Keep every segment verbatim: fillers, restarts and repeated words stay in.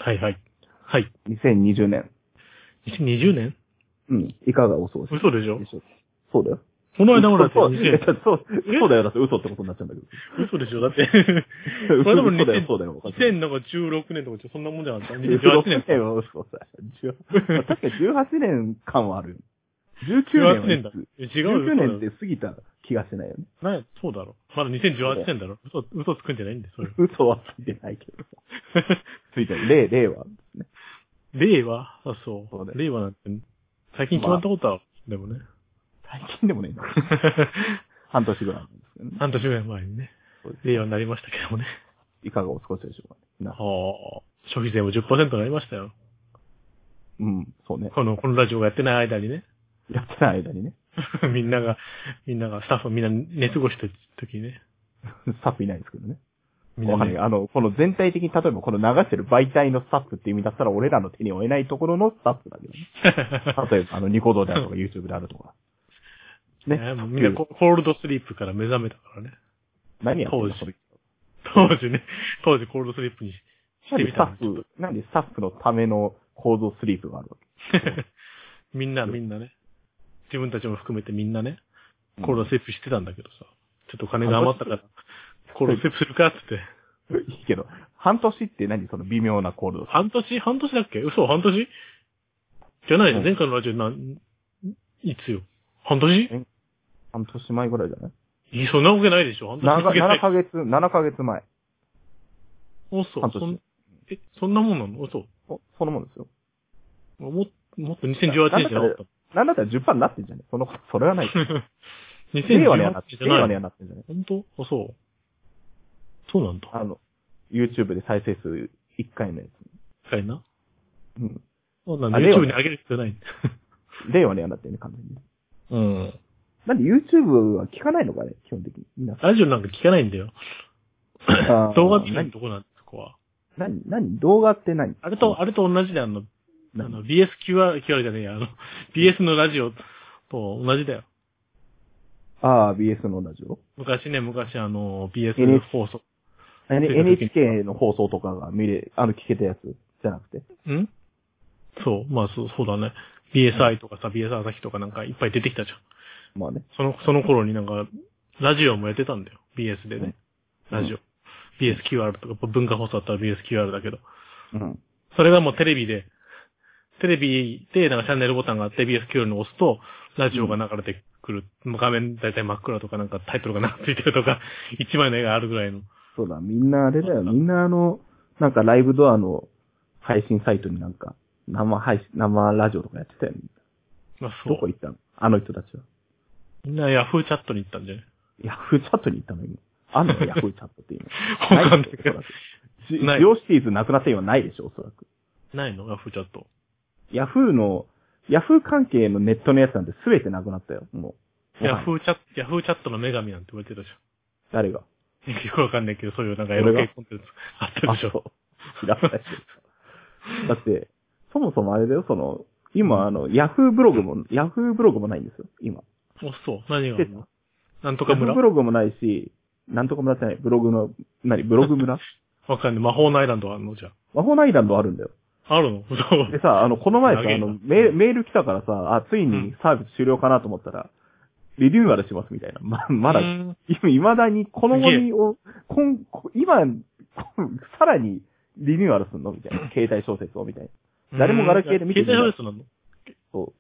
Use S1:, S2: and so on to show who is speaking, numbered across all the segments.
S1: はいはい。はい。
S2: にせんにじゅうねん。
S1: にせんにじゅうねん？
S2: うん。いかがお過ごし
S1: 嘘でしょ？
S2: でしょ。そうだよ。
S1: この間もだって
S2: そう、
S1: にせん、
S2: そう、そうだよ。だって嘘ってことになっちゃうんだけど。
S1: 嘘でしょ？だって。これでも
S2: 嘘だよ、そうだよ。
S1: にせんじゅうろくねんとかそんなもんじゃなかった？にせん
S2: じゅうはち
S1: じゅうはちねん。
S2: は嘘だよ。確かじゅうはちねん感はあるよ。じゅうきゅうねんは
S1: じゅうはちねんだ。違うよ。
S2: じゅうきゅうねんって過ぎた気がしないよね。
S1: なや、そうだろ。まだにせんじゅうはちねんだろ。嘘、嘘つくんじゃないんだよ、それ。
S2: 嘘はついてないけどさ。ついてる。令、令和ですね。
S1: 令和あ、そう。
S2: そうだよ
S1: 令和なんて、最近決まったことは、でもね。
S2: 最近でもねえんだ。半年ぐらいなんですけどね。
S1: 半年ぐらい前にね。令和になりましたけどもね。
S2: いかがお過ごしでしょうかね。
S1: はあ。消費税も じゅっパーセント になりましたよ。
S2: うん、そうね。
S1: この、このラジオがやってない間にね。
S2: やってない間にね。
S1: みんなが、みんなが、スタッフみんな寝過ごした時にね。
S2: スタッフいないですけどね。
S1: みんなね
S2: わかんない。あの、この全体的に、例えばこの流してる媒体のスタッフって意味だったら俺らの手に負えないところのスタッフだけどね。例えば、あの、ニコ動であるとか YouTube であるとか。
S1: ね。もうみんなコールドスリープから目覚めたからね。
S2: 何やってんの
S1: 当時。当時ね。当時コールドスリープにしてみた
S2: なんでスタッフ、なんでスタッフのためのコードスリープがあるわけ
S1: みんな、みんなね。自分たちも含めてみんなね、コールドスリープしてたんだけどさ。ちょっと金が余ったから、コールドスリープするかって言って。
S2: いいけど、半年って何その微妙なコールド。
S1: 半年半年だっけ？嘘半年じゃないよ、うん、前回のラジオな、いつよ半年
S2: 半年前ぐらいじゃない
S1: いや、そんなわけないでしょ半年
S2: ななかげつ、ななかげつまえ。
S1: お、そう。そんえ、そんなもんなの？そう。
S2: お、そんなもんですよ。
S1: も、もっとにせんじゅうはちねんじゃなかった。
S2: なんだったら じゅっパーセント になってんじゃねその、それはない。
S1: にせんじゅうはちねん
S2: 令和にはなって、令和にはなってんじゃない
S1: 本当あ、そう。そうなんだ。
S2: あの、YouTube で再生数いっかいのやつ。い
S1: っかいな。
S2: うん。
S1: そうなんだ。YouTube に上げる必要ない。
S2: 令和にはなってるね、完全に。
S1: うん。
S2: なんで YouTube は聞かないのかね、基本的に。みんな。
S1: ラジオなんか聞かないんだよ。動画って何とこなんですかは。
S2: 何何動画って何
S1: あれと、あれと同じであの、あの、ビーエスキューアール、キューアール じゃねえや、あの、ビーエス のラジオと同じだよ。
S2: ああ、ビーエス のラジオ
S1: 昔ね、昔あの、ビーエス 放送。
S2: エヌエイチケー の放送とかが見れ、あの、聞けたやつじゃなくて。
S1: んそう、まあそう、そうだね。ビーエスアイ とかさ、ビーエス 朝日とかなんかいっぱい出てきたじゃん。
S2: まあね。
S1: その、その頃になんか、ラジオもやってたんだよ。ビーエス でね。うん、ラジオ。ビーエスキューアール とか、文化放送だったら ビーエスキューアール だけど。
S2: うん。
S1: それがもうテレビで、テレビでなんかチャンネルボタンがあって ビーエスキューアール に押すと、ラジオが流れてくる。うん、画面だいたい真っ暗とかなんかタイトルがなんかついてるとか、一枚の絵があるぐらいの。
S2: そうだ、みんなあれだよ。みんなあの、なんかライブドアの配信サイトになんか、生配信、生ラジオとかやってたよね。
S1: まあそう。
S2: どこ行ったのあの人たちは。
S1: みんなヤフーチャットに行ったんじゃない
S2: ヤフーチャットに行ったの今。あんのヤフーチャットって今。
S1: わかんないけど。
S2: ジオシティーズなくなった今ないでしょ、おそらく。
S1: ないのヤフーチャット。
S2: ヤフーの、ヤフー関係のネットのやつなんて全てなくなったよ、も
S1: う。ヤフーチャット、ヤフーチャットの女神なんて言われてたじゃん。
S2: 誰が
S1: よくわかんないけど、そういうなんかエロ系コンテンツあったでしょ。
S2: 知らないし。だって、そもそもあれだよ、その、今あの、ヤフーブログも、ヤフーブログもないんですよ、今。
S1: お、そう。何があるのなんとか村
S2: ヤフーブログもないし、なんとか村ってない、ブログの、何、ブログ村
S1: わかんない。魔法のアイランドあるのじゃ
S2: 魔法のアイランドあるんだよ。
S1: あるのそう。
S2: でさ、あの、この前さ、あの、メール、メール来たからさ、あ、ついにサービス終了かなと思ったら、リニューアルしますみたいな。ま、まだ、未だに、この後にを、こん、今、さらにリニューアルすんのみたいな。携帯小説をみたいな。誰もガラケーで見てる。
S1: 携帯小説なの
S2: そう。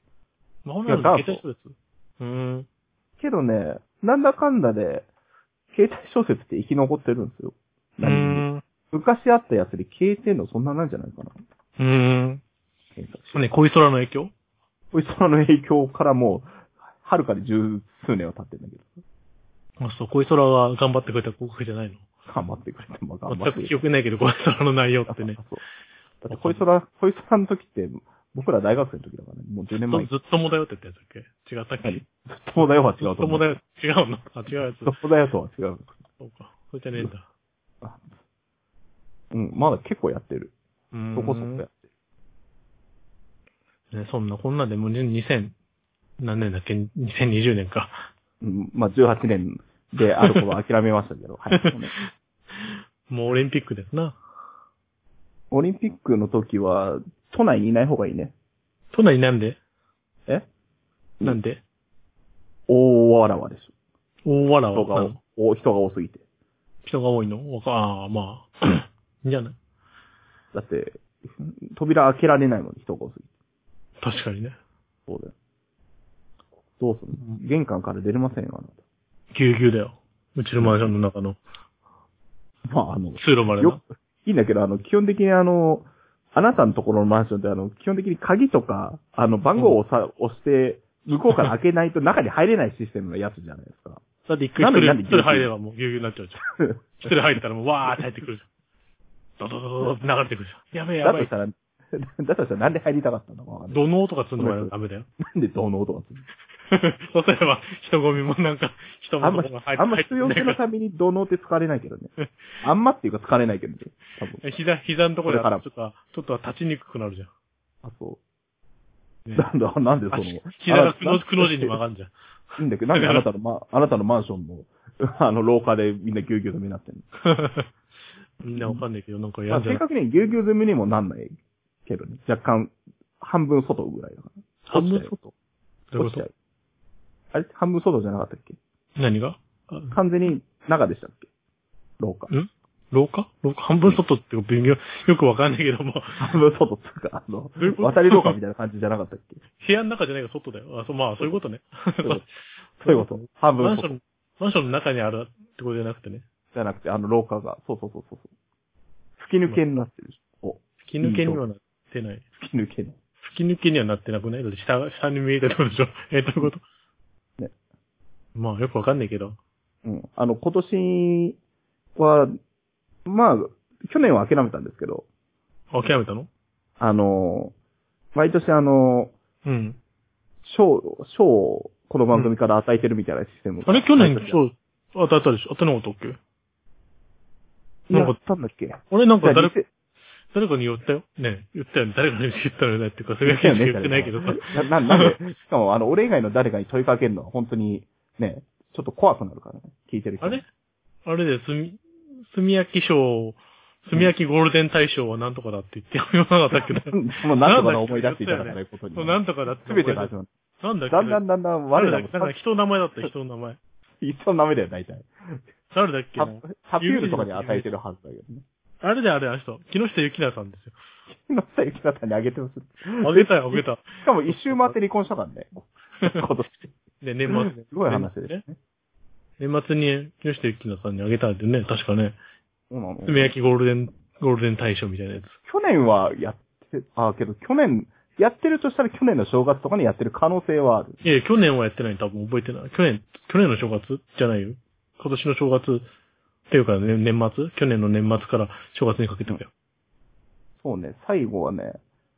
S1: 魔法のアイランド携帯小説うーん。
S2: けどね、なんだかんだで、携帯小説って生き残ってるんですよ。
S1: うーん。
S2: 昔あったやつで消えてんのそんななんじゃないかな。
S1: うーん。ね、恋空の影響
S2: 恋空の影響からもう、はるかに十数年は経ってるんだけど。
S1: あ、そう、恋空は頑張ってくれた広告じゃないの
S2: 頑張ってくれても頑張って。
S1: 全く記憶ないけど、恋空の内容ってね。
S2: そう。だって恋空、恋空の時って、僕ら大学生の時だからね。もうじゅうねんまえ。
S1: ずっともだよって言ったやつだっけ違ったっけ
S2: ずっともだよは違うと思う。
S1: ずっともだよ、違うのあ、違うやつ。
S2: ずっともだよとは違う。
S1: そうか。それじゃねえんだ。
S2: うん、まだ結構やってる。
S1: うん。
S2: そこそこやって
S1: る。ね、そんな、こんなでもにせん、何年だっけ ?にせんにじゅうねんか。
S2: うん、まあ、じゅうはちねんであることを諦めましたけど、はい。
S1: もうオリンピックですな。
S2: オリンピックの時は、都内にいない方がいいね。
S1: 都内になんで
S2: え
S1: なんで
S2: 大わらわでし
S1: 大わら
S2: ょ。人が
S1: わ。
S2: お、人が多すぎて。
S1: 人が多いのわかああ、まあ。いいんじゃない
S2: だって、扉開けられないもん、人が多すぎて。
S1: 確かにね。
S2: そうだよ。どうするの、うん、玄関から出れませんよ、あなた。
S1: ぎゅうぎゅうだよ。うちのマンションの中の。
S2: まあ、あの、
S1: 通路まで
S2: よいいんだけど、あの、基本的にあの、あなたのところのマンションってあの、基本的に鍵とか、あの、番号をさ、うん、押して、向こうから開けないと中に入れないシステムのやつじゃないですか。
S1: だって一回一人、一人入ればもうぎゅうぎゅうになっちゃうじゃん。一人入ったらもうわーって入ってくるじゃん。ドドドドド流れてくるじゃん。やべえやべえ。
S2: だとしたら、だとしたらなんで入りたかったのかわかんない。
S1: 土のうとかするのはダメだよ。
S2: なんで土のうとかするの
S1: そうすれば、人混みもなんか、人も
S2: あんま、あんま必要性のために土のうって使われないけどね。あんまっていうか使われないけどね。多分。
S1: 膝、膝のところでちょっと、ちょっと立ちにくくなるじゃん。
S2: あ、そう。ね、なんだ、なんでその。
S1: 膝がくの、くの字に曲がんじゃん。
S2: いいんだけど、なんであなたのま、あなたのマンションの、あの、廊下でみんなぎゅうぎゅう詰めになってんの
S1: みんなわかんないけど、なんか
S2: やんじゃん。まあ、正確にぎゅうぎゅう詰めにもなんないけどね。若干、半分外ぐらいだから。
S1: 半分外
S2: どういうことあれ半分外じゃなかったっけ
S1: 何が
S2: 完全に中でしたっけ廊下。
S1: ん廊下廊下半分外って微妙、よくわかんないけども。
S2: 半分外っていうか、あの、渡り廊下みたいな感じじゃなかったっけ
S1: 部屋の中じゃないから外だよ。あ、そう、まあ、そういうことね。
S2: そういうこと。半分外。
S1: マンション、マンションの中にあるってことじゃなくてね。
S2: じゃなくて、あの廊下が、そうそうそうそう。吹き抜けになってる。お。
S1: 吹き抜けにはなってない。
S2: 吹き抜けに。
S1: 吹き抜けにはなってなくないだって下、下に見えたってことでしょえー、どういうこと
S2: ね。
S1: まあ、よくわかんないけど。
S2: うん。あの、今年は、まあ、去年は諦めたんですけど。
S1: 諦めたの
S2: あの、毎年あの、
S1: うん。
S2: 賞、賞をこの番組から与えてるみたいなシステム、うん。
S1: あれ去年賞与えたでしょ与えなかったっけ
S2: なんか、ったんだっけ
S1: 俺なんか誰か、誰かに言ったよ。ね言ったよね。誰かに言ったよねっていうか、それは言ってないけどさ。
S2: な、な、なんで、しかもあの、俺以外の誰かに問いかけるのは本当に、ね、ちょっと怖くなるからね。聞いてる人。
S1: あれあれで、すみ、炭焼き賞、炭焼きゴールデン大賞はなんとかだって言って言わなかったっけど。
S2: もうなんとかの思い出していただかないことに。
S1: そう、なんとかだって。
S2: すべてが始まる。
S1: なんだっけ
S2: だんだんだんだん我らも。
S1: なんか人の名前だった、人の名前。
S2: 人の名前だよ、大体。
S1: 誰だっけ
S2: ハピュールとかに与えてるはずだけどね。
S1: あれであれ、あの人。木下ゆきなさんですよ。
S2: 木下ゆきなさんにあげてます。
S1: あげたよ、あげた。
S2: しかも一周回って離婚したからね。今年。
S1: で、年末。
S2: すごい話ですね。
S1: 年末に木下ゆきなさんにあげたんでね、確かね。
S2: そうなの。
S1: 炭焼きゴールデン、ゴールデン大賞みたいなやつ。
S2: 去年はやって、あ、けど去年、やってるとしたら去年の正月とかにやってる可能性はある。
S1: いや、去年はやってない多分覚えてない。去年、去年の正月じゃないよ。今年の正月っていうか、ね、年末去年の年末から正月にかけてたよ。
S2: そうね、最後はね、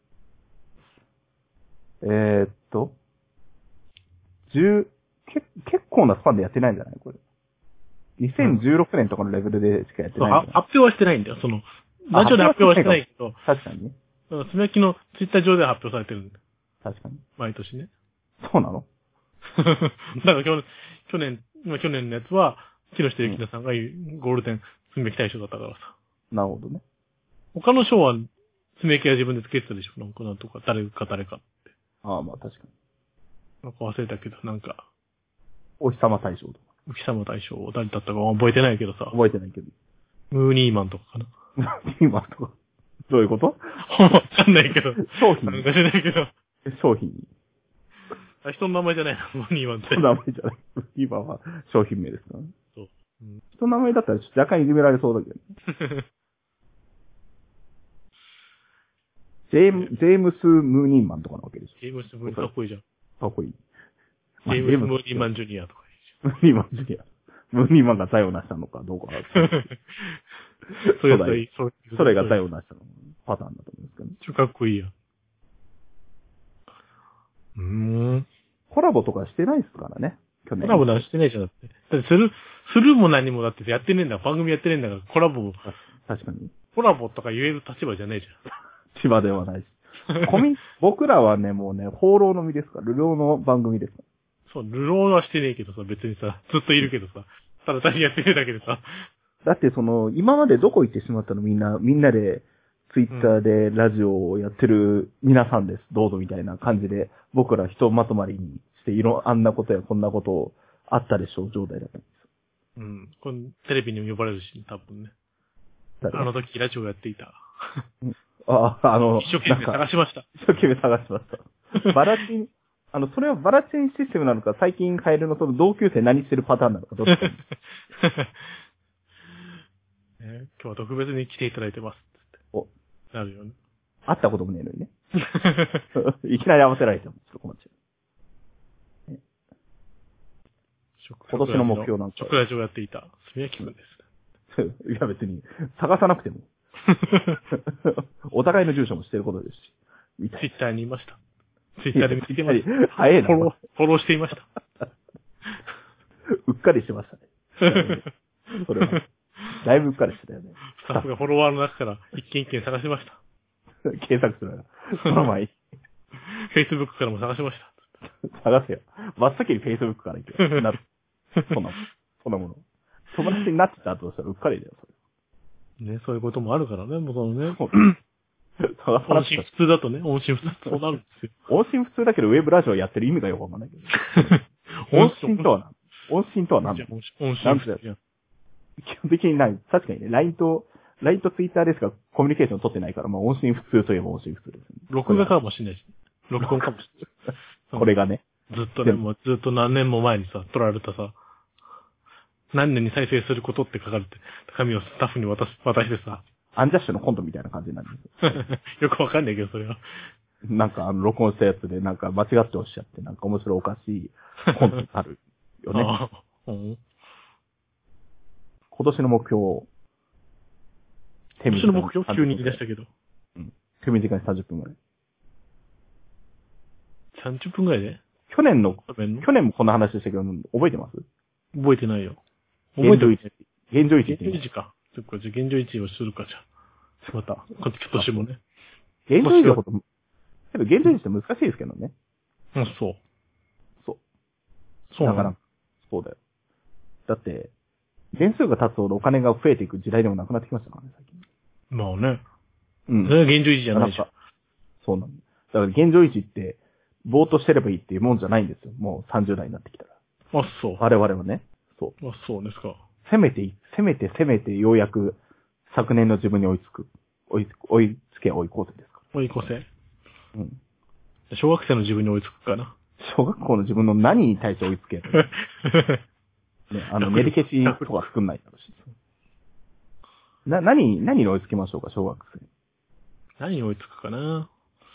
S2: えー、っと、十、け、結構なスパンでやってないんじゃないこれ。にせんじゅうろくねんとかのレベルでしかやってない、
S1: うん、発表はしてないんだよ。その、ラジオで発表はしてないけど。
S2: 確かにね。
S1: すみやきのツイッター上では発表されてるんだ。
S2: 確かに。
S1: 毎年ね。
S2: そうなの
S1: だから去年、去年、去年のやつは、木下ゆきなさんがゴールデンすみやき大賞だったからさ。
S2: なるほどね。
S1: 他の賞は、すみやきが自分でつけてたでしょなんかなんとか、誰か誰かって。
S2: ああ、まあ確かに。
S1: なんか忘れたけど、なんか。
S2: お日様大賞とか。
S1: お日様大賞、誰だったか覚えてないけどさ。
S2: 覚えてないけど。
S1: ムーニーマンとかかな。
S2: ムーニーマンとか。どういうこと
S1: わかんないけど。
S2: 商品。
S1: なんか知らないけど。
S2: 商品に。
S1: あ、人の名前じゃないな、ムーニーマンって。
S2: 人の名前じゃない。ムーニーマンは商品名ですからね。
S1: そう。うん、
S2: 人の名前だったら若干いじめられそうだけどね。ジェーム、ジェームス・ムーニーマンとかなわけでしょ。
S1: ジェームス・ムーニーマンかっこいいじゃん。
S2: かっこいい。
S1: ジェームス・ムーニーマン・ジュニアとか
S2: ムーニーマン・ジュニア。ムーニーマンが財を成したのかどうかは。
S1: それが財、
S2: それが財を成したのパターンだと思うんですけどね。
S1: ちょ、かっこいいや。うーん。
S2: コラボとかしてないっすからね。去年。
S1: コラボなんしてないじゃん、だって。だってする、するも何もだってやってねえんだ。番組やってねえんだから、コラボ。
S2: 確かに。
S1: コラボとか言える立場じゃねえじ
S2: ゃん。千葉ではないし。コミ、僕らはね、もうね、放浪の身ですから、流浪の番組ですから。
S1: そう、流浪はしてねえけどさ、別にさ、ずっといるけどさ、ただ単にやってるだけでさ。
S2: だってその、今までどこ行ってしまったのみんな、みんなでツイッターでラジオをやってる皆さんです。どうぞみたいな感じで、僕ら人まとまりにして、いろ、あんなことやこんなことをあったでしょう状態だったんです。
S1: うん。これテレビにも呼ばれるし、多分ね。あの時ラジオやっていた。
S2: あ、あの、
S1: 一生懸命探しました。
S2: 一生懸命探しました。バラチン、あの、それはバラチンシステムなのか、最近カエルのその同級生何してるパターンなのか、どっちか。
S1: ね、今日は特別に来ていただいてます。
S2: お。
S1: なるよね。
S2: 会ったこともねえのにね。いきなり合わせられても、ちょっと困っちゃう。ね、今年の目標なんか。
S1: 食ラジオやっていた、すみやきくんです。
S2: いや別に、探さなくても。お互いの住所もしてることですし。
S1: ツイッターにいました。ツイッターで見つけました。
S2: 早いな。
S1: フォロー、フォローしていました。
S2: うっかりしてましたね。それは。だいぶうっかりしてたよね。
S1: スタッフがフォロワーの中から一件一件探しました。
S2: 検索するな。その前に。
S1: Facebook からも探しました。
S2: 探せよ。真っ先に Facebook から行けよ。なる。そんなもの。そんなもの。友達になってた後としたらうっかりだよ、そ
S1: れ。ね、そういうこともあるからね、もうそのね。
S2: 音
S1: 信不通だとね、音信不通そうなるんですよ。
S2: 音信不通だけどウェブラジオやってる意味がよくわかんないけど。音信とは何音信とは何だ
S1: 音信不通。
S2: 基本的にない。確かにね、ライン と、ライン と Twitter ですがコミュニケーション取ってないから、まあ音信不通といえば音信不通ですね。
S1: 録画かもしれないし、録音かもしれない。
S2: これがね。
S1: ずっとね、もうずっと何年も前にさ、撮られたさ、何年に再生することって書かれて、紙をスタッフに渡し、渡してさ。
S2: アンジャッシュのコントみたいな感じになるんです
S1: よ。よくわかんないけど、それは。
S2: なんか、あの、録音したやつで、なんか間違っておっしゃって、なんか面白おかしいコントになるよね。あうん、今年の目標を、
S1: 今年の目標急に言い出したけど。
S2: うん。手短にさんじゅっぷんぐらい。
S1: さんじゅっぷんぐらいで
S2: 去年の、去年もこんな話でしたけど、覚えてます
S1: 覚えてないよ。
S2: 覚えてる現状維持。
S1: 現状維持か。そっか、じゃあ現状維持をするか、じゃあ。また、今年もね。
S2: 現状維持のこと、けど現状維持って難しいですけどね。
S1: うん、そう。
S2: そう。
S1: そう
S2: だから、そうだよ。だって、年数が経つほどお金が増えていく時代でもなくなってきましたからね、最近。
S1: まあね。
S2: うん。
S1: それは現状維持じゃないじゃん。
S2: そうなんだ。だから現状維持って、ぼーっとしてればいいっていうもんじゃないんですよ。もうさんじゅう代になってきたら。
S1: あ、そう。
S2: 我々はね。そう。
S1: あ、そうですか。
S2: せめて、せめて、せめて、ようやく、昨年の自分に追いつく。追い、追いつけ追い越せですか。
S1: 追い越せ。
S2: うん。
S1: 小学生の自分に追いつくかな。
S2: 小学校の自分の何に対して追いつけるね、あの、練り消しとか作んないだろうし。な、何、何に追いつけましょうか、小学生。
S1: 何に追いつくかな。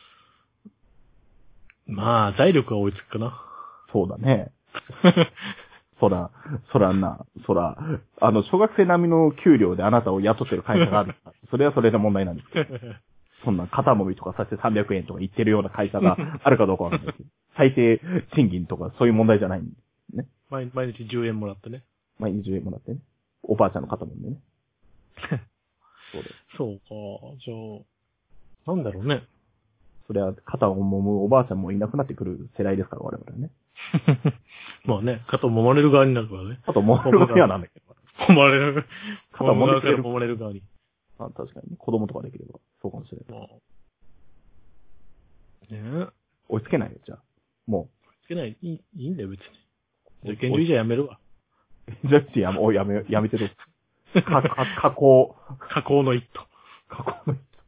S1: まあ、財力は追いつくかな。
S2: そうだね。そら、そらな、そら、あの、小学生並みの給料であなたを雇ってる会社がある。それはそれで問題なんですけど。そんな肩もみとかさせてさんびゃくえんとか言ってるような会社があるかどうかわかんないけど。最低賃金とかそういう問題じゃないんですね。
S1: 毎, 毎日じゅうえんもらってね。
S2: 毎日じゅうえんもらってね。おばあちゃんの肩もんでね。
S1: そうです。そうか。じゃあ、なんだろうね。
S2: それは肩を揉むおばあちゃんもいなくなってくる世代ですから、我々はね。
S1: まあね、肩を揉まれる側になるからね。
S2: 肩を揉まれる側なんだけど。
S1: 揉まれる。
S2: 肩を揉めてる。
S1: 揉まれる側に。
S2: あ、確かにね。子供とかできれば、そうかもしれない。
S1: ねえ。
S2: 追いつけないよ、じゃあ。もう。追い
S1: つけない。いい、いいんだよ、別に。じゃあ、現状維持はやめるわ。
S2: 現状維持やめ、おやめ、やめてる。か、か、加工。
S1: 加工の一途。
S2: 加工の一途。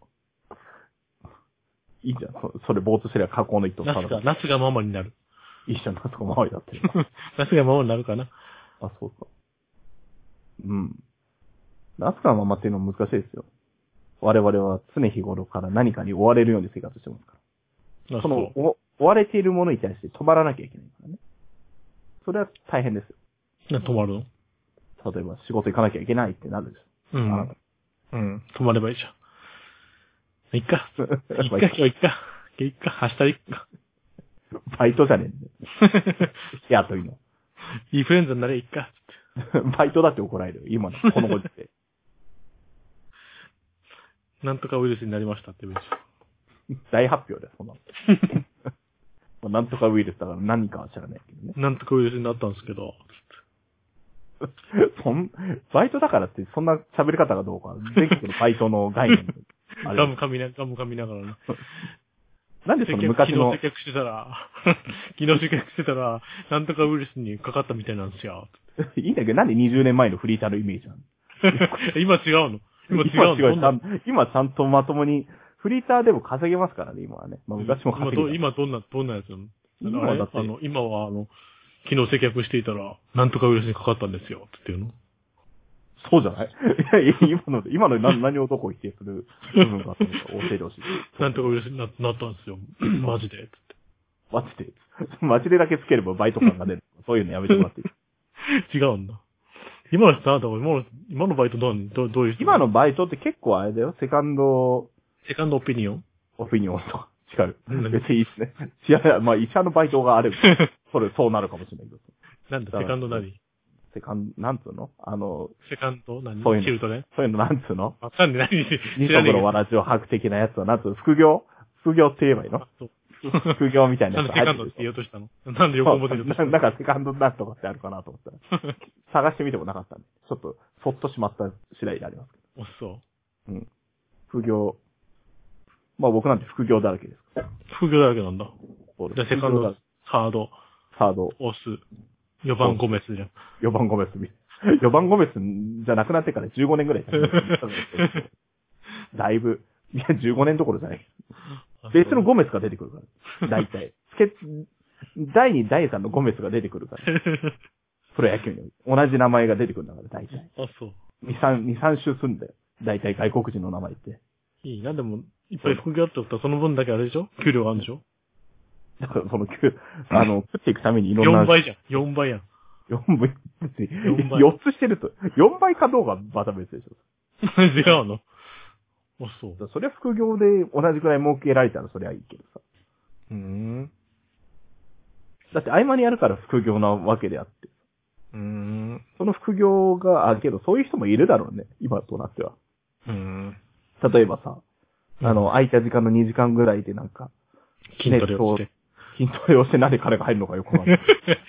S2: いいじゃん。そ, それ、ぼーっとすれば加工の一途。
S1: ナスが、ナスがママになる。
S2: いいじゃん、ナスがママになってる。
S1: ナスがママになるかな。
S2: あ、そうか。うん。ナスがママっていうのは難しいですよ。我々は常日頃から何かに追われるように生活してますから。その、お追われているものに対して止まらなきゃいけないからね。それは大変ですよ。
S1: な、止まるの？
S2: 例えば仕事行かなきゃいけないってなるでしょ。
S1: うん。うん。止まればいいじゃん。いっか。いっか、今日いっか。いっか、明日いっか。
S2: バイトじゃねえんだよ。雇いの。
S1: インフルエンザになれいっか。
S2: バイトだって怒られるよ。今の、このご時世。
S1: なんとかウイルスになりましたって言うでし
S2: ょ。大発表です、そんなの。なんとかウイルスだから何かは知らないけどね。
S1: なんとかウイルスになったんですけど。
S2: そん、バイトだからってそんな喋り方がどうか。全国のバイトの概念。
S1: ガム噛みな、ガム噛みながらね。
S2: なんでその昔の。
S1: 昨日接客してたら、昨日接客してたら、なんとかウイルスにかかったみたいなんですよ。
S2: いいんだけど、なんでにじゅうねんまえのフリーターのイメージなの
S1: 今違うの今違うの
S2: 今違うちゃん今ちゃんとまともに、フリーターでも稼げますからね、今はね。まあ昔も稼げ
S1: 今ど、今どんな、どんなやつなの
S2: 今はだって
S1: あの、今はあの、昨日接客していたら、なんとかウイルスにかかったんですよ。っていうの
S2: そうじゃないいや、今の、今の何何をどこを否定する部分があったのか、教えてほしい。
S1: なんとかウイルスにななったんですよ。マジで。つって。
S2: マジで。マジでだけつければバイト感が出る。そういうのやめてもらっていい
S1: 違うんだ。今の人、あなた、今の、今のバイトどう、どうどういう人
S2: 今のバイトって結構あれだよ。セカンド、
S1: セカンドオピニオン
S2: オピニオンとか。違う。
S1: うん
S2: 別にいいっすね。いや、まあ医者のバイトがあれば、それ、そうなるかもしれないけど。
S1: なんだ、セカンド何
S2: セカンド、なんつうのあの、
S1: セカンド何
S2: そういうの
S1: キルトね。
S2: そういうのなんつうの
S1: わかんない。何
S2: 二
S1: 知らねえけど
S2: 足のわらじを履く的なやつは、なんつうの副業副業って言えばいいの
S1: あそう
S2: 副業みたいな
S1: なん
S2: やつ
S1: でセカンドって言おうとしたのなんで横文字で言おうとしたの
S2: ななんかセカンドなんとかってあるかなと思ったら、探してみてもなかったんで、ちょっと、そっとしまった次第でありますけ
S1: お、そ
S2: ど。うん。副業。まあ僕なんて副業だらけですから。
S1: う。副業だらけなんだ。
S2: そう
S1: じゃあセカンド、サード、
S2: サード、
S1: オス、よばんゴメスじゃん。
S2: よばんゴメスみ。よばんゴメスじゃなくなってからじゅうごねんぐらい経ちましただいぶ、いや、じゅうごねんどころじゃない。別のゴメスが出てくるから。大体。スケだいに、だいさんのゴメスが出てくるから。プロ野球に。同じ名前が出てくるんだから、大体。
S1: あ、そう。
S2: に、さん、に、さん週住んだよ。大体外国人の名前って。
S1: いいな、でも、いっぱい副業あってことはその分だけあれでしょ給料があるんでしょ
S2: だからその、あの、食っていくためにいろんな。
S1: よんばいじゃん。よんばいやん。
S2: よんばい、別に
S1: よんばい
S2: よっつしてると、よんばいかどうかはまた別でしょ。
S1: 違うのあ、そう。
S2: そりゃ副業で同じくらい儲けられたらそりゃいいけどさ。
S1: うーん。
S2: だって合間にやるから副業なわけであって。
S1: うーん。
S2: その副業が、あ、けどそういう人もいるだろうね。今となっては。
S1: うーん。
S2: 例えばさ、あの、空いた時間のにじかんぐらいでなんか、
S1: 筋トレをして。
S2: 筋トレをしてなんで彼が入るのかよくわかんない。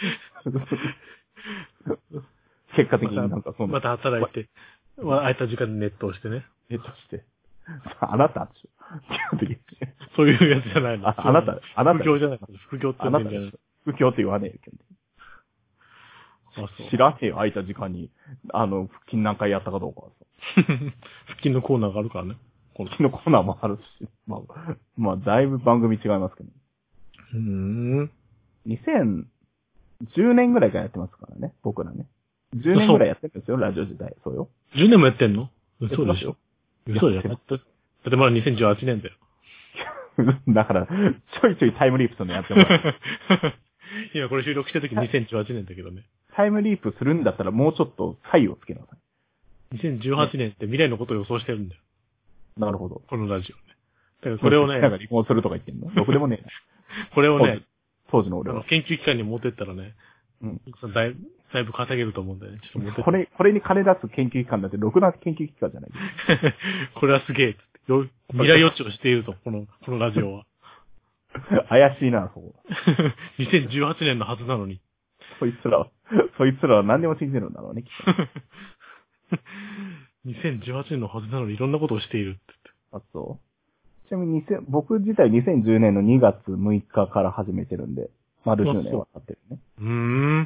S2: 結果的になんかその。
S1: また働いて、まあ、空いた時間にネットをしてね。
S2: ネットして。あなたでしょ。基本的に。
S1: そういうやつじゃないの。
S2: ああなた、あなた。
S1: 副業じゃないの。副業って
S2: あなたでしょ。副業って言わねえよ、基本的に。
S1: あ、そう。
S2: 知らねえよ、空いた時間に。あの、腹筋何回やったかどうかはさ。
S1: 腹筋のコーナーがあるからね。
S2: 腹筋のコーナーもあるし。まあ、まあ、だいぶ番組違いますけど。
S1: うーん。
S2: にせんじゅうねんぐらいからやってますからね、僕らね。じゅうねんぐらいやってるんですよ、ラジオ時代。そうよ。
S1: じゅうねんもやってんの嘘でしょ。
S2: や
S1: 嘘じゃん。だってだってまだにせんじゅうはちねんだよ。
S2: だから、ちょいちょいタイムリープするのやってもらう。
S1: 今これ収録してる時にせんじゅうはちねんだけどね。
S2: タイムリープするんだったらもうちょっと差異をつけなさい。
S1: にせんじゅうはちねんって未来のことを予想してるんだよ。
S2: なるほど。
S1: このラジオね。だからこれをね、
S2: なんか離婚するとか言ってんの僕でもねえな。
S1: これをね、
S2: 当時の俺は。
S1: 研究機関に持ってったらね、
S2: うん。
S1: だいぶ、だいぶ稼げると思うんだよね。ちょっと持ってって
S2: これ、これに金出す研究機関だって、ろくな研究機関じゃない。
S1: これはすげえ。よ未来予知をしていると、この、このラジオは。
S2: 怪しいな、そう。
S1: にせんじゅうはちねんのはずなのに。
S2: そいつらは、そいつらは何でも信じるんだろうね、きっと。
S1: にせんじゅうはちねんのはずなのにいろんなことをしているって
S2: あ、そうちなみににせん、僕自体にせんじゅうねんのにがつむいかから始めてるんで、丸じゅうねんは経ってるね。
S1: うーん。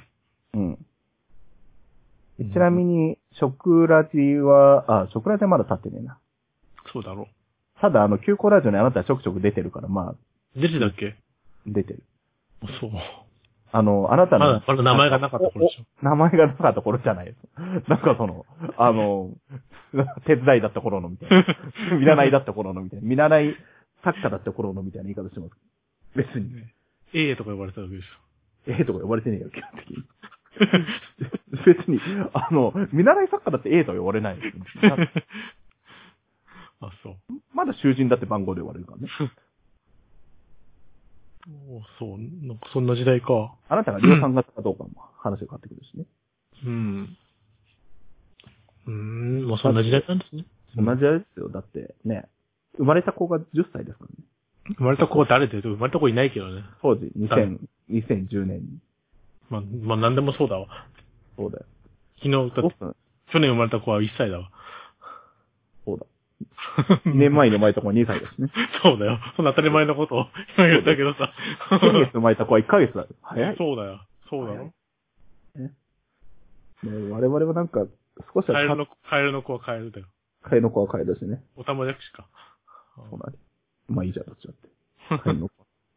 S2: うん。ちなみに、食ラジは、あ、食ラジはまだ経ってねえな。
S1: そうだろう。
S2: ただ、あの、休校ラジオにあなたはちょくちょく出てるから、まあ。
S1: 出てたっけ
S2: 出てる。
S1: そう。
S2: あの、あなたの。
S1: まだ、まだ名前がなかった頃でしょ。
S2: 名前がなかった頃じゃないです。なんかその、あの、手伝いだった頃のみたいな。見習いだった頃のみたいな。見習い作家だった頃のみたいな言い方してます。別に。
S1: ええとか呼ばれたわけでしょ。
S2: ええとか呼ばれてねえよ、基本的に。別に、あの、見習い作家だってええとは呼ばれないですよ。
S1: あ、そう。
S2: まだ囚人だって番号で呼ばれるからね。
S1: おそう、なんかそんな時代か。
S2: あなたが量産型かどうかも話が変わってくるしね。
S1: うん。うーん、もうそんな時代なんですね。
S2: 同じ時代ですよ。だってね、生まれた子がじゅっさいですからね。
S1: 生まれた子は誰で生まれた子いないけどね。
S2: 当時、にせん、にせんじゅうねんに。
S1: まあ、まあ何でもそうだわ。
S2: そうだよ。
S1: 昨日、だって、去年生まれた子はいっさいだわ。
S2: そうだ。 にねんまえに生まれた子はにさいだしね。
S1: そうだよ。そんな当たり前のことを今言ったけどさ。
S2: 先月生まれた子はいっかげつだよ。早い。
S1: そうだよ。そうだろ。
S2: ね。ね我々はなんか、少しは
S1: カエルの、カエルの子はカエルだよ。
S2: カエルの子はカエルだしね。
S1: おたまじゃくしか。
S2: そうなんで。まあいいじゃん、どっちだって。カエルの子。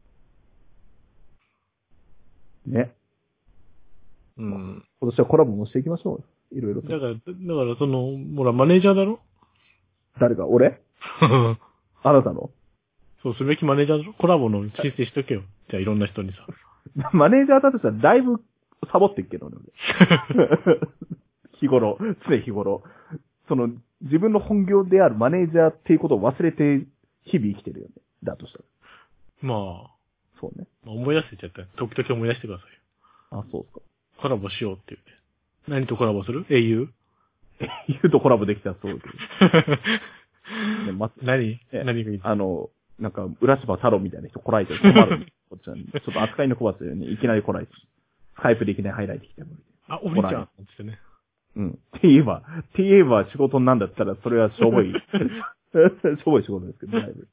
S2: ね。
S1: うん。
S2: 今年はコラボもしていきましょう。いろいろと。
S1: だから、だからその、ほら、マネージャーだろ
S2: 誰が俺あなたの
S1: そうすべきマネージャーだろコラボの申請しとけよ。じゃあいろんな人にさ。
S2: マネージャーだとしたらだいぶサボってっけどね。日頃、常日頃。その、自分の本業であるマネージャーっていうことを忘れて日々生きてるよね。だとしたら。
S1: まあ。
S2: そうね。
S1: 思い出せちゃった。時々思い出してくださいよ。
S2: あ、そうっすか。
S1: コラボしようって言って。何とコラボする エーユー?
S2: 言うとコラボできたらそうですけど。ねま、
S1: 何、
S2: ね、
S1: 何がいい
S2: あの、なんか、浦島太郎みたいな人来られて困る。こっちは、ね、ちょっと扱いの小鉢よね。いきなり来られて。スカイプでいきなりハイライト来てもらって。
S1: あ、お兄ちゃんってね。
S2: うん。って言えば、って言えば仕事なんだったら、それはしょぼい。しょぼい仕事ですけど、だいぶ。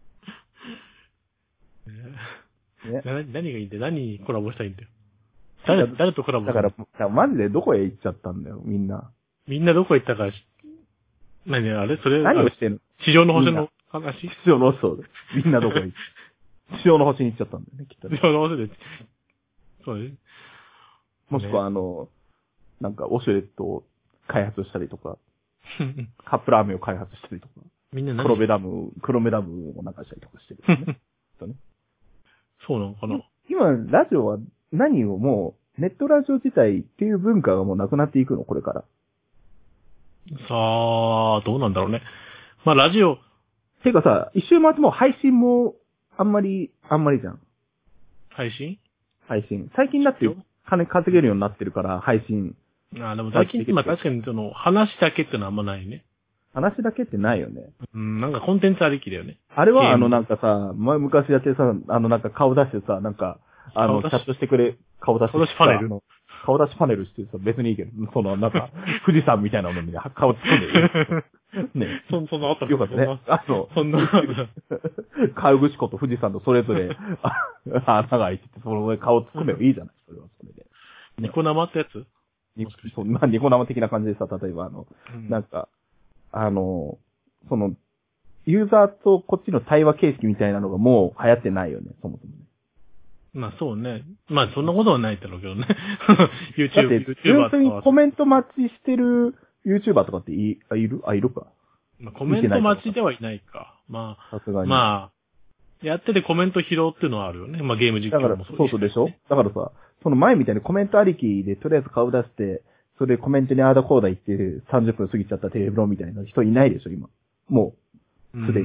S1: ね、な何がいいんだよ。何にコラボしたいんだよ。誰、誰とコラボ
S2: だから、だからマジでどこへ行っちゃったんだよ、みんな。
S1: みんなどこ行ったか、何あれそれ、
S2: 何をしてんの
S1: 地上の星の話
S2: 地上の星で。みんなどこへ行っ地上の星に行っちゃったんだよね、きっと、ね。
S1: 地上の星で。そうね。
S2: もしくは、あの、なんか、ウォシュレットを開発したりとか、カップラーメンを開発したりとか、
S1: みんな何
S2: 黒部ダム、黒部ダムをなんかしたりとかしてる、ねそうね。
S1: そうなのかな
S2: 今、ラジオは何をもう、ネットラジオ自体っていう文化がもうなくなっていくの、これから。
S1: さあ、どうなんだろうね。まあ、ラジオ。
S2: てかさ、一周回ってもう配信も、あんまり、あんまりじゃん。
S1: 配信
S2: 配信。最近だって金稼げるようになってるから、配信。
S1: ああ、でも最近、まあ確かにその、話だけってのはあんまないね。
S2: 話だけってないよね。
S1: うん、なんかコンテンツありきだよね。
S2: あれはあのなんかさ、前昔やってさ、あのなんか顔出してさ、なんか、あの、チャットしてくれ、顔出して。
S1: 顔出しパネル
S2: の顔出しパネルしてさ、別にいいけど、そのなんか、富士山みたいなのに顔突っ込んでる。ね
S1: そ、そんなあった
S2: よかったね。あ、そう。
S1: そんな。
S2: 河口湖と富士山とそれぞれ、穴が開いてて、その上顔突っ込めばいいじゃない、それはそれで。
S1: ニコ生ってやつ
S2: ニコ、そんなニコ生的な感じでさ、例えばあの、うん、なんか、あの、その、ユーザーとこっちの対話形式みたいなのがもう流行ってないよね、そもそもね。
S1: まあそうね。まあそんなことはないだろうけどね。YouTube、
S2: だって、純粋にコメント待ちしてる YouTuber とかってい、あ、いるあ、いるか。
S1: まあコメント待ちではいないか。まあ、
S2: さすがに。
S1: まあ、やっててコメント拾うっていうのはあるよね。まあゲーム実況も
S2: そうそうでしょだからさ、その前みたいにコメントありきでとりあえず顔出して、それでコメントにあーだこーだ言ってさんじゅっぷん過ぎちゃったテーブルみたいな人いないでしょ、今。もう、すでに。
S1: うん。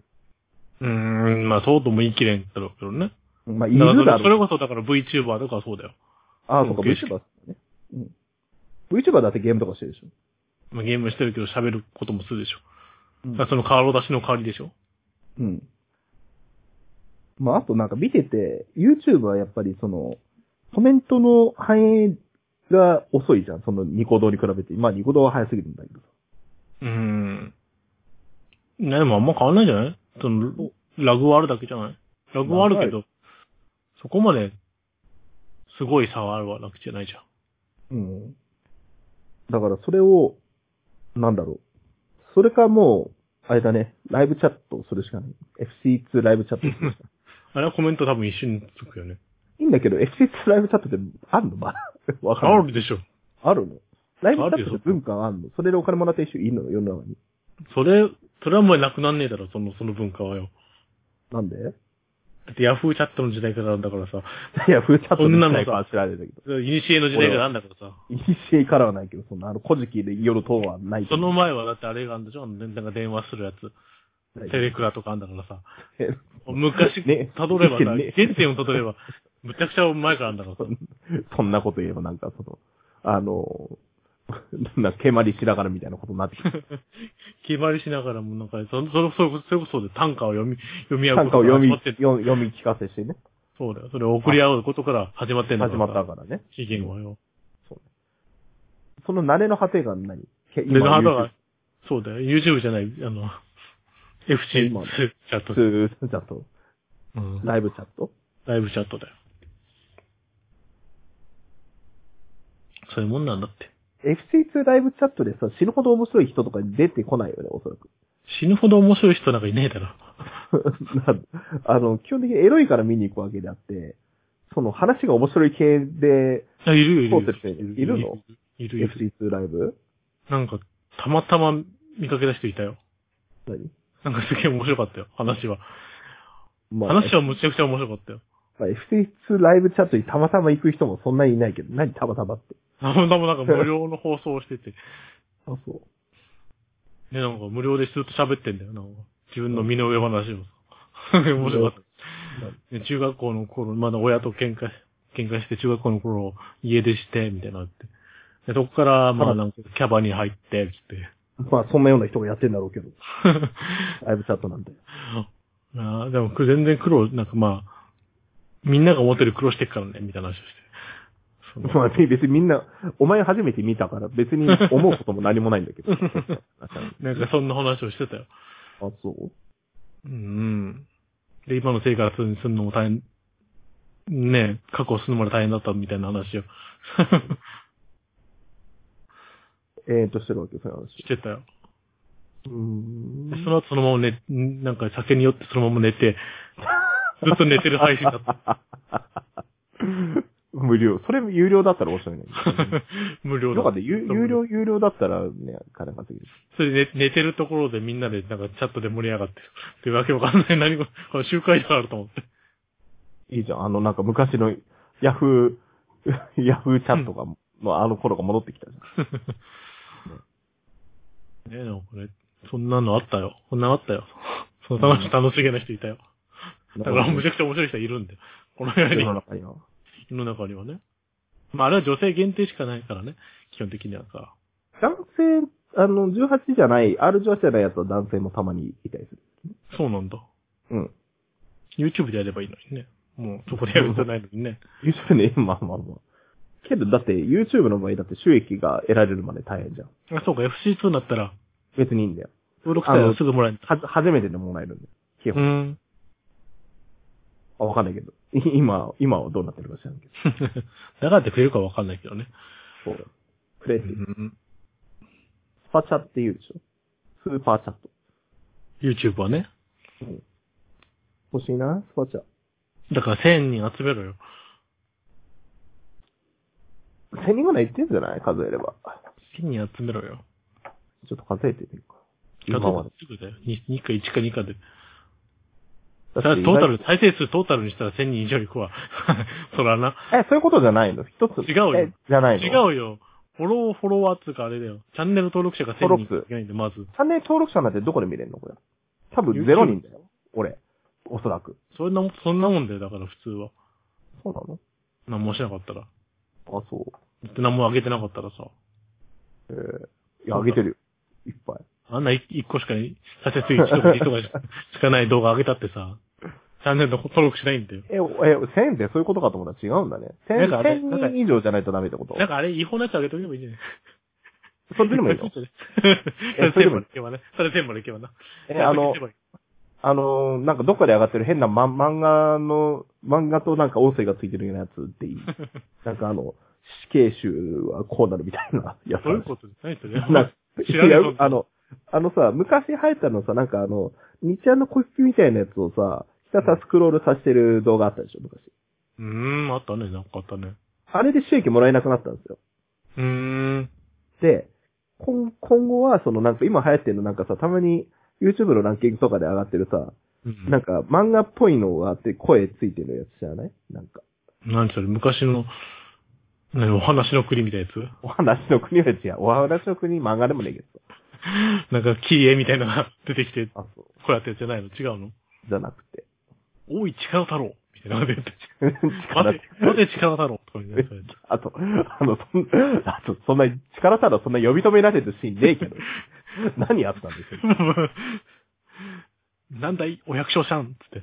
S1: うーん、まあそうとも言い切れんだろうけどね。
S2: まあ、いるだろう。
S1: それこそだから VTuber とかはそうだよ。
S2: ああ、そうか、VTuber ね。うん。VTuber だってゲームとかしてるでしょ。
S1: まあゲームしてるけど喋ることもするでしょ。うん、その顔出しの代わりでしょ。
S2: うん。まあ、あとなんか見てて、YouTube はやっぱりその、コメントの反映が遅いじゃん。そのニコ動に比べて。まあニコ動は早すぎるんだけど。
S1: うーん。ね、でもあんま変わんないんじゃないその、ラグはあるだけじゃないラグはあるけど、そこまで、すごい差はあるわけじゃないじゃん。
S2: うん。だからそれを、なんだろう。それかもう、あれだね、ライブチャットをするしかない。エフシーツー ライブチャットをするしかない。
S1: あれはコメント多分一緒につくよね。
S2: いいんだけど、エフシーツー ライブチャットってあるのまあ、わかんない。
S1: あるでしょ。
S2: あるのライブチャットって文化あるのそれでお金もらって一緒いいの世の中に。
S1: それ、それはもうなくなんねえだろ、その、その文化はよ。
S2: なんで
S1: だってヤフーチャットの時代からなんだからさ。
S2: ヤフーチャットの時代からは知られたけど。
S1: イニシエの時代からなんだからさ。
S2: イニシエからはないけど、そんな、あの、古事記で夜等はない。
S1: その前はだってあれがあるんでしょなんか電話するやつ。テレクラとかあんだからさ。昔、ね、辿ればさ、ね、原点を辿れば、むちゃくちゃ前からあんだからさ。
S2: そんなこと言えばなんかその、あの、なんか、蹴鞠しながらみたいなことになってくる。
S1: 蹴鞠しながらもなんか、それ、それ、それこそで短歌を読み、読み合う
S2: 短歌を読み、読み聞かせしてね。
S1: そうだよ。それを送り合うことから始まってんだ
S2: から。始まったからね。
S1: 期限はよ。
S2: そう。その慣れの果てが何
S1: 慣れの果てが、そうだよ。YouTube じゃない、あの、 エフシーツー チャット。
S2: ツーチャット。
S1: うん。
S2: ライブチャット
S1: ライブチャットだよ。そういうもんなんだって。
S2: エフシーツー ライブチャットでさ、死ぬほど面白い人とか出てこないよね、おそらく。
S1: 死ぬほど面白い人なんかいねえだろ。
S2: あの、基本的にエロいから見に行くわけであって、その話が面白い系で、
S1: あ、いるよ、いるよ。
S2: いるの
S1: いるよ。
S2: エフシーツー ライブ
S1: なんか、たまたま見かけた人いたよ。
S2: 何
S1: なんかすげえ面白かったよ、話は。
S2: まあ、
S1: 話はむちゃくちゃ面白かったよ。
S2: まあ、エフシーツー ライブチャットにたまたま行く人もそんなにいないけど、何たまたまって。
S1: たまたまなんか無料の放送をしてて。
S2: あ、そう。
S1: ね、なんか無料でずっと喋ってんだよ、なんか。自分の身の上話をさ。面白かった。中学校の頃、まだ親と喧嘩、喧嘩して中学校の頃、家出して、みたいなのあって。で、そこから、まあなんか、キャバに入って、つって。
S2: まあ、そんなような人がやってんだろうけど。ライブチャットなんで。
S1: ああ、でも全然苦労、なんかまあ、みんなが思ってる苦労してっからね、みたいな話をして。
S2: まあ、別にみんな、お前初めて見たから別に思うことも何もないんだけど。
S1: なんかそんな話をしてたよ。
S2: あ、そう
S1: うん。で、今の生活にするのも大変、ねえ、過去をするのも大変だったみたいな話を。
S2: えーとしてるわけ、そういう話。
S1: してたよ。
S2: うーん。
S1: その後そのまま寝、なんか酒に酔ってそのまま寝て、ずっと寝てる配信だった。
S2: 無料。それ有料だったら面白いね。
S1: 無料だ。
S2: よかった。有料、有料だったらね、金稼げる。
S1: それで寝、寝てるところでみんなでなんかチャットで盛り上がってる。っていうわけわかんない。何か、集会所があると思って。い
S2: いじゃん。あのなんか昔のヤフー、ヤフーチャットが、のあの頃が戻ってきたじゃん。
S1: ねえ、なんかね、そんなのあったよ。こんなのあったよ。その楽し、楽しげな人いたよ。だからむちゃくちゃ面白い人いるんだよ。この部屋に。世の中には。世の中にはね。まああれは女性限定しかないからね。基本的にはさ。
S2: 男性、あの、じゅうはちじゃない、アールじゅうはち じゃないやつは男性もたまにいたりする。
S1: そうなんだ。
S2: うん。
S1: YouTube でやればいいのにね。もうそこでやるんじゃないのにね。
S2: YouTube ね、まあまあまあ。けどだって YouTube の場合だって収益が得られるまで大変じゃん。
S1: あ、そうか、エフシーツー になったら。
S2: 別にいいんだよ。
S1: 登録したらすぐもらえるんだ。
S2: は、初めてでもらえるんだよ。基本。うん。あ、わかんないけど。今、今はどうなってるか知らんけど。
S1: だからってくれるかわかんないけどね。
S2: そう。くれって。うん。スパチャって言うでしょ。スーパーチャット。
S1: YouTube はね。
S2: うん。欲しいな、スパチャ。
S1: だからせんにん集めろよ。
S2: せんにんぐらいいってんじゃない数えれば。
S1: せんにん集めろよ。
S2: ちょっと数えてみるか。
S1: 今まで。にかいちかにかで。トータル、再生数トータルにしたらせんにん以上いくわ。そらな。
S2: え、そういうことじゃないの一つ。
S1: 違うよ。
S2: え、じゃないの
S1: 違うよ。フォロー、フォロワーつうかあれだよ。チャンネル登録者がせんにんいけないんで、まず。チ
S2: ャンネル登録者なんてどこで見れんのこれ。多分ゼロにんだよ。俺。おそらく。
S1: そんなもん、そんなもんだよ、だから普通は。
S2: そうなの
S1: 何もしなかったら。
S2: あ、そう。
S1: って何も上げてなかったらさ。
S2: えー、いや、上げてるよ。いっぱい。
S1: あんな一個しか、再生数いちとかにとかしかない動画上げたってさ、チャンネル登録しないんだよ。
S2: え、え、せんってそういうことかと思ったら違うんだね。せん、せんにん以上じゃないとダメってこと
S1: なんかあれ違法なやつ上げとけばいいんじゃない
S2: それでもいいの
S1: それ全部いけばね。それ全部いけばな。
S2: え、あの、あの、なんかどっかで上がってる変な、ま、漫画の、漫画となんか音声がついてるようなやつっていいなんかあの、死刑囚はこうなるみたいなやつ。
S1: どういうこと何それ
S2: 知らない。あの、あのさ、昔流行ったのさ、なんかあの、日ちゃんの個室みたいなやつをさ、ひたすらスクロールさせてる動画あったでしょ、昔。
S1: うーん、あったね、なんかあったね。
S2: あれで収益もらえなくなったんですよ。
S1: うーん。
S2: で、今、今後は、そのなんか今流行ってるのなんかさ、たまに YouTube のランキングとかで上がってるさ、うん、なんか漫画っぽいのがあって声ついてるやつ知らないなんか。
S1: 何それ、昔の、ね、お話の国みたいなやつ
S2: お話の国は違う。お話の国漫画でもねえけどさ。
S1: なんか、キーエみたいなのが出てきて、
S2: あ、そう。
S1: こうやってやつじゃないの違うの
S2: じゃなくて。
S1: おい、力太郎みたいなのが出てきて。待て、待て、力太郎とかみたいな。
S2: あと、あの、そん、あと、そんな、力太郎そんな呼び止められるシーンねえけど。何やったんですよ。
S1: なんだい、お百姓さんつって。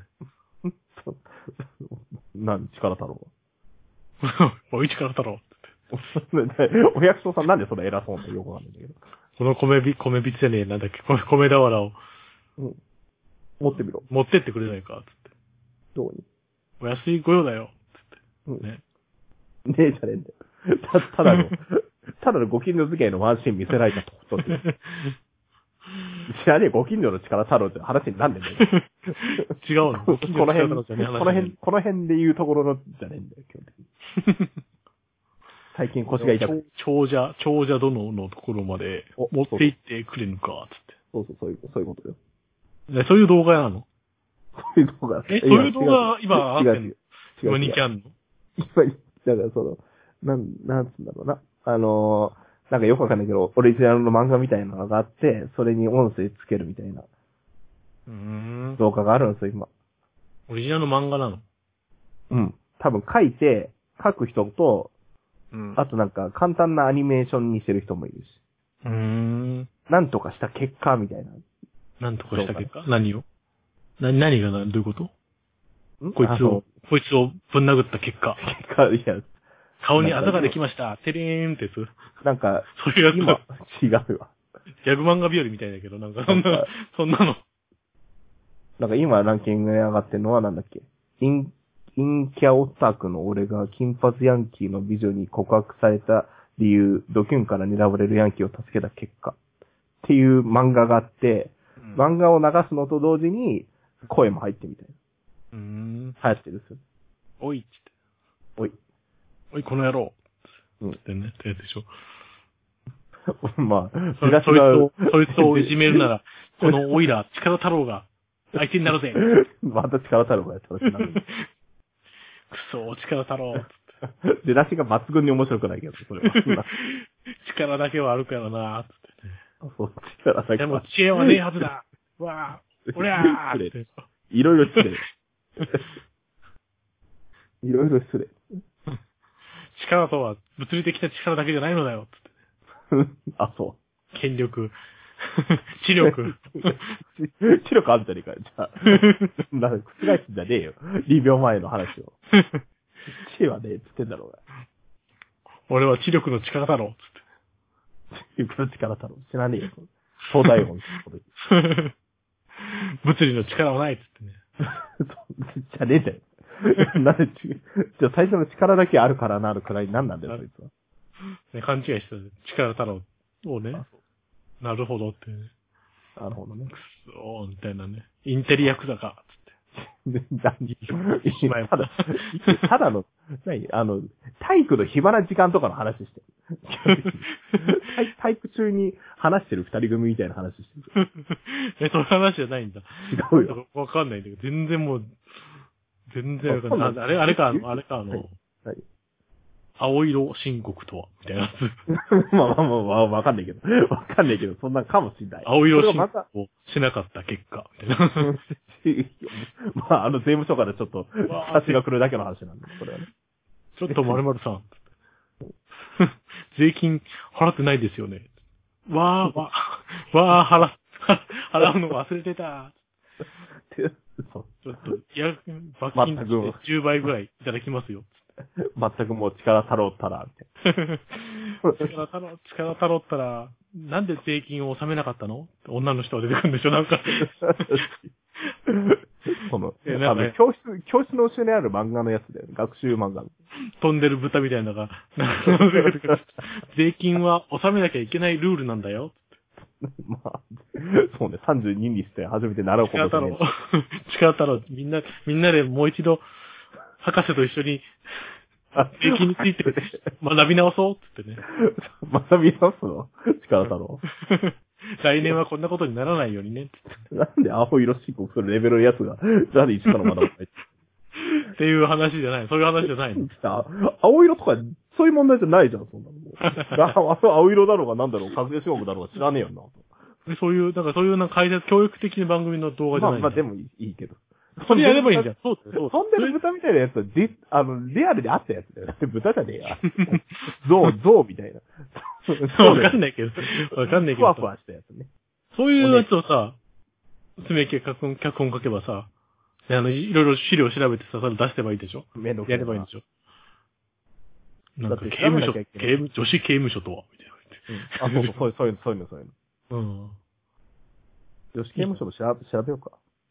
S2: 何、力太郎
S1: は。おい、力太郎つ
S2: って。お百姓さんなんでそんな偉そうなのよくわかんないんだけど。
S1: この米び、米びつじゃねえ、なんだっけ、米、米俵を。
S2: うん。 持ってみろ。
S1: 持ってってくれないか、つって。
S2: どうに。
S1: お安いご用だよ、つって。
S2: うん。
S1: ね。
S2: ねえじゃねえんだよ。た、ただの、ただのご近所付き合いのワンシーン見せられたとことって。知らねえ、ご近所の力太郎って話になんでんだよ。
S1: 違うの。こ
S2: の辺、この辺、この辺で言うところのじゃねえんだよ、基本的に。最近腰が痛くて。
S1: 長者、長者殿のところまで持って行ってくれぬか、つって。
S2: そうそう、そういう、そういうことよ。
S1: ね、そういう動画なの？
S2: そういう動画。
S1: え、そういう動画、今、あってんの？今人気あんの？
S2: 今、だからその、なん、なんつうんだろうな。あのー、なんかよくわかんないけど、オリジナルの漫画みたいなのがあって、それに音声つけるみたいな。
S1: うーん。
S2: 動画があるんですよ、今。
S1: オリジナルの漫画なの？
S2: うん。多分書いて、書く人と、
S1: うん。
S2: あとなんか簡単なアニメーションにしてる人もいるし。
S1: うーん。
S2: なんとかした結果みたいな。
S1: なんとかした結果？何を？な、何がな、どういうこと？
S2: ん
S1: こいつを、こいつをぶん殴った結果。
S2: 結果、いや、
S1: 顔にあざができました。てれーんってやつ。
S2: なんか、
S1: そういうやつ。
S2: 今、違うわ。
S1: ギャグ漫画日和みたいだけど、なんかそんな、そんなの。
S2: なんか今ランキングに上がってるのはなんだっけ？陰、陰キャオタクの俺が金髪ヤンキーの美女に告白された理由、ドキュンから狙われるヤンキーを助けた結果。っていう漫画があって、うん、漫画を流すのと同時に声も入ってみたいな。
S1: うーん。
S2: 流行ってるんですよ。
S1: おいっつって。
S2: おい。
S1: おい、この野郎。
S2: うん。
S1: ってね、ってやつでしょ。
S2: まあ、
S1: そいつを、そいつをいじめるなら、このオイラ、力太郎が相手になるぜ。
S2: また力太郎がやってほしいな。く
S1: そ、力太郎。
S2: 出だしが抜群に面白くないけど、それは。
S1: 力だけはあるからな、つってね。
S2: そう、力だけは。
S1: でも知恵はねえはずだ。わぁ、おりゃーって。
S2: いろいろ失礼。いろいろ失礼。
S1: 力とは物理的な力だけじゃないのだよ、つって。
S2: あ、そう。
S1: 権力。知力。
S2: 知力あんじゃねえかよ、じゃあ。なんか、覆すんじゃねえよ。にびょうまえの話を。知恵はねえ、つってんだろうが。
S1: 俺は知力の力だろう、つ
S2: って。知力の力だろう。知らねえよ。東大王のこと言って。
S1: 物理の力はない、つってね。
S2: じゃねえじゃん。なんで、じゃあ最初の力だけあるからなるくらい何なんだよ、そいつは。
S1: ね、勘違いしてた。力太郎をね。なるほどってね。
S2: なるほどね。
S1: くそー、みたいなね。インテリヤクザか、つって。
S2: ただ、ただの、何あの、体育の暇な時間とかの話してる。体育中に話してる二人組みたいな話してる。
S1: え、その話じゃないんだ。
S2: 違うよ。
S1: わかんないんだけど、全然もう、全然わかんない。あれ、あれか、あの、あれか、あの、
S2: はい。
S1: 青色申告とはみたいなやつ。
S2: まあまあまあ、まあ、わかんないけど。わかんないけど、そんなかもしんない。
S1: 青色申告をしなかった結果、みたいな。
S2: まあ、あの税務署からちょっと、話が来るだけの話なんです、それはね。
S1: ちょっと〇〇さん。税金払ってないですよね。わー、わー、わー、払、払うの忘れてた。
S2: そう。
S1: ちょっと、いや、罰金でじゅうばいぐらいいただきますよ。
S2: 全くもう力太郎ったら、みたいな。
S1: 力太郎、力太郎ったら、なんで税金を納めなかったの女の人が出てくるんでしょ、なんか。
S2: その、あの、教室、教室の後ろにある漫画のやつだよね。学習漫画。
S1: 飛んでる豚みたいなのが、税金は納めなきゃいけないルールなんだよ。
S2: まあ、そうね、さんじゅうににして初めて習うこと
S1: 力太郎。力太郎、みんな、みんなでもう一度、博士と一緒に、税金について学び直そうってってね。
S2: 学び直すの力太郎。
S1: 来年はこんなことにならないようにねって。
S2: なんで青色申告するレベルのやつが、なんで一から学ばない
S1: っていう話じゃない。そういう話じゃないの。
S2: 青色とか、そういう問題じゃないじゃん、そんなの。青色だろうがなんだろう、確定種目だろうが知らねえよな。
S1: そういう、だからそういうなんか解説、教育的な番組の動画じゃない。
S2: まあ、まあでもいいけど。
S1: それやればいいんじゃん。そうだよ。
S2: 飛んでる豚みたいなやつは、で、あの、リアルであったやつだよ。だって豚じゃねえや。ゾウ、ゾウみたいな。
S1: わかんないけど。わかんないけど。
S2: ふわふわしたやつね。
S1: そういうやつをさ、爪木脚本、脚本書けばさ、あの、いろいろ資料調べてさ、それ出せばいいでしょ。
S2: めんどく
S1: やればいいんでしょ。なんか刑務所、刑務、女子刑務所とはみたい
S2: な。うん、あ、そうそう、そういうの、そういうの、そういうの。
S1: うん。
S2: 女子刑務所の調べ、調べようか。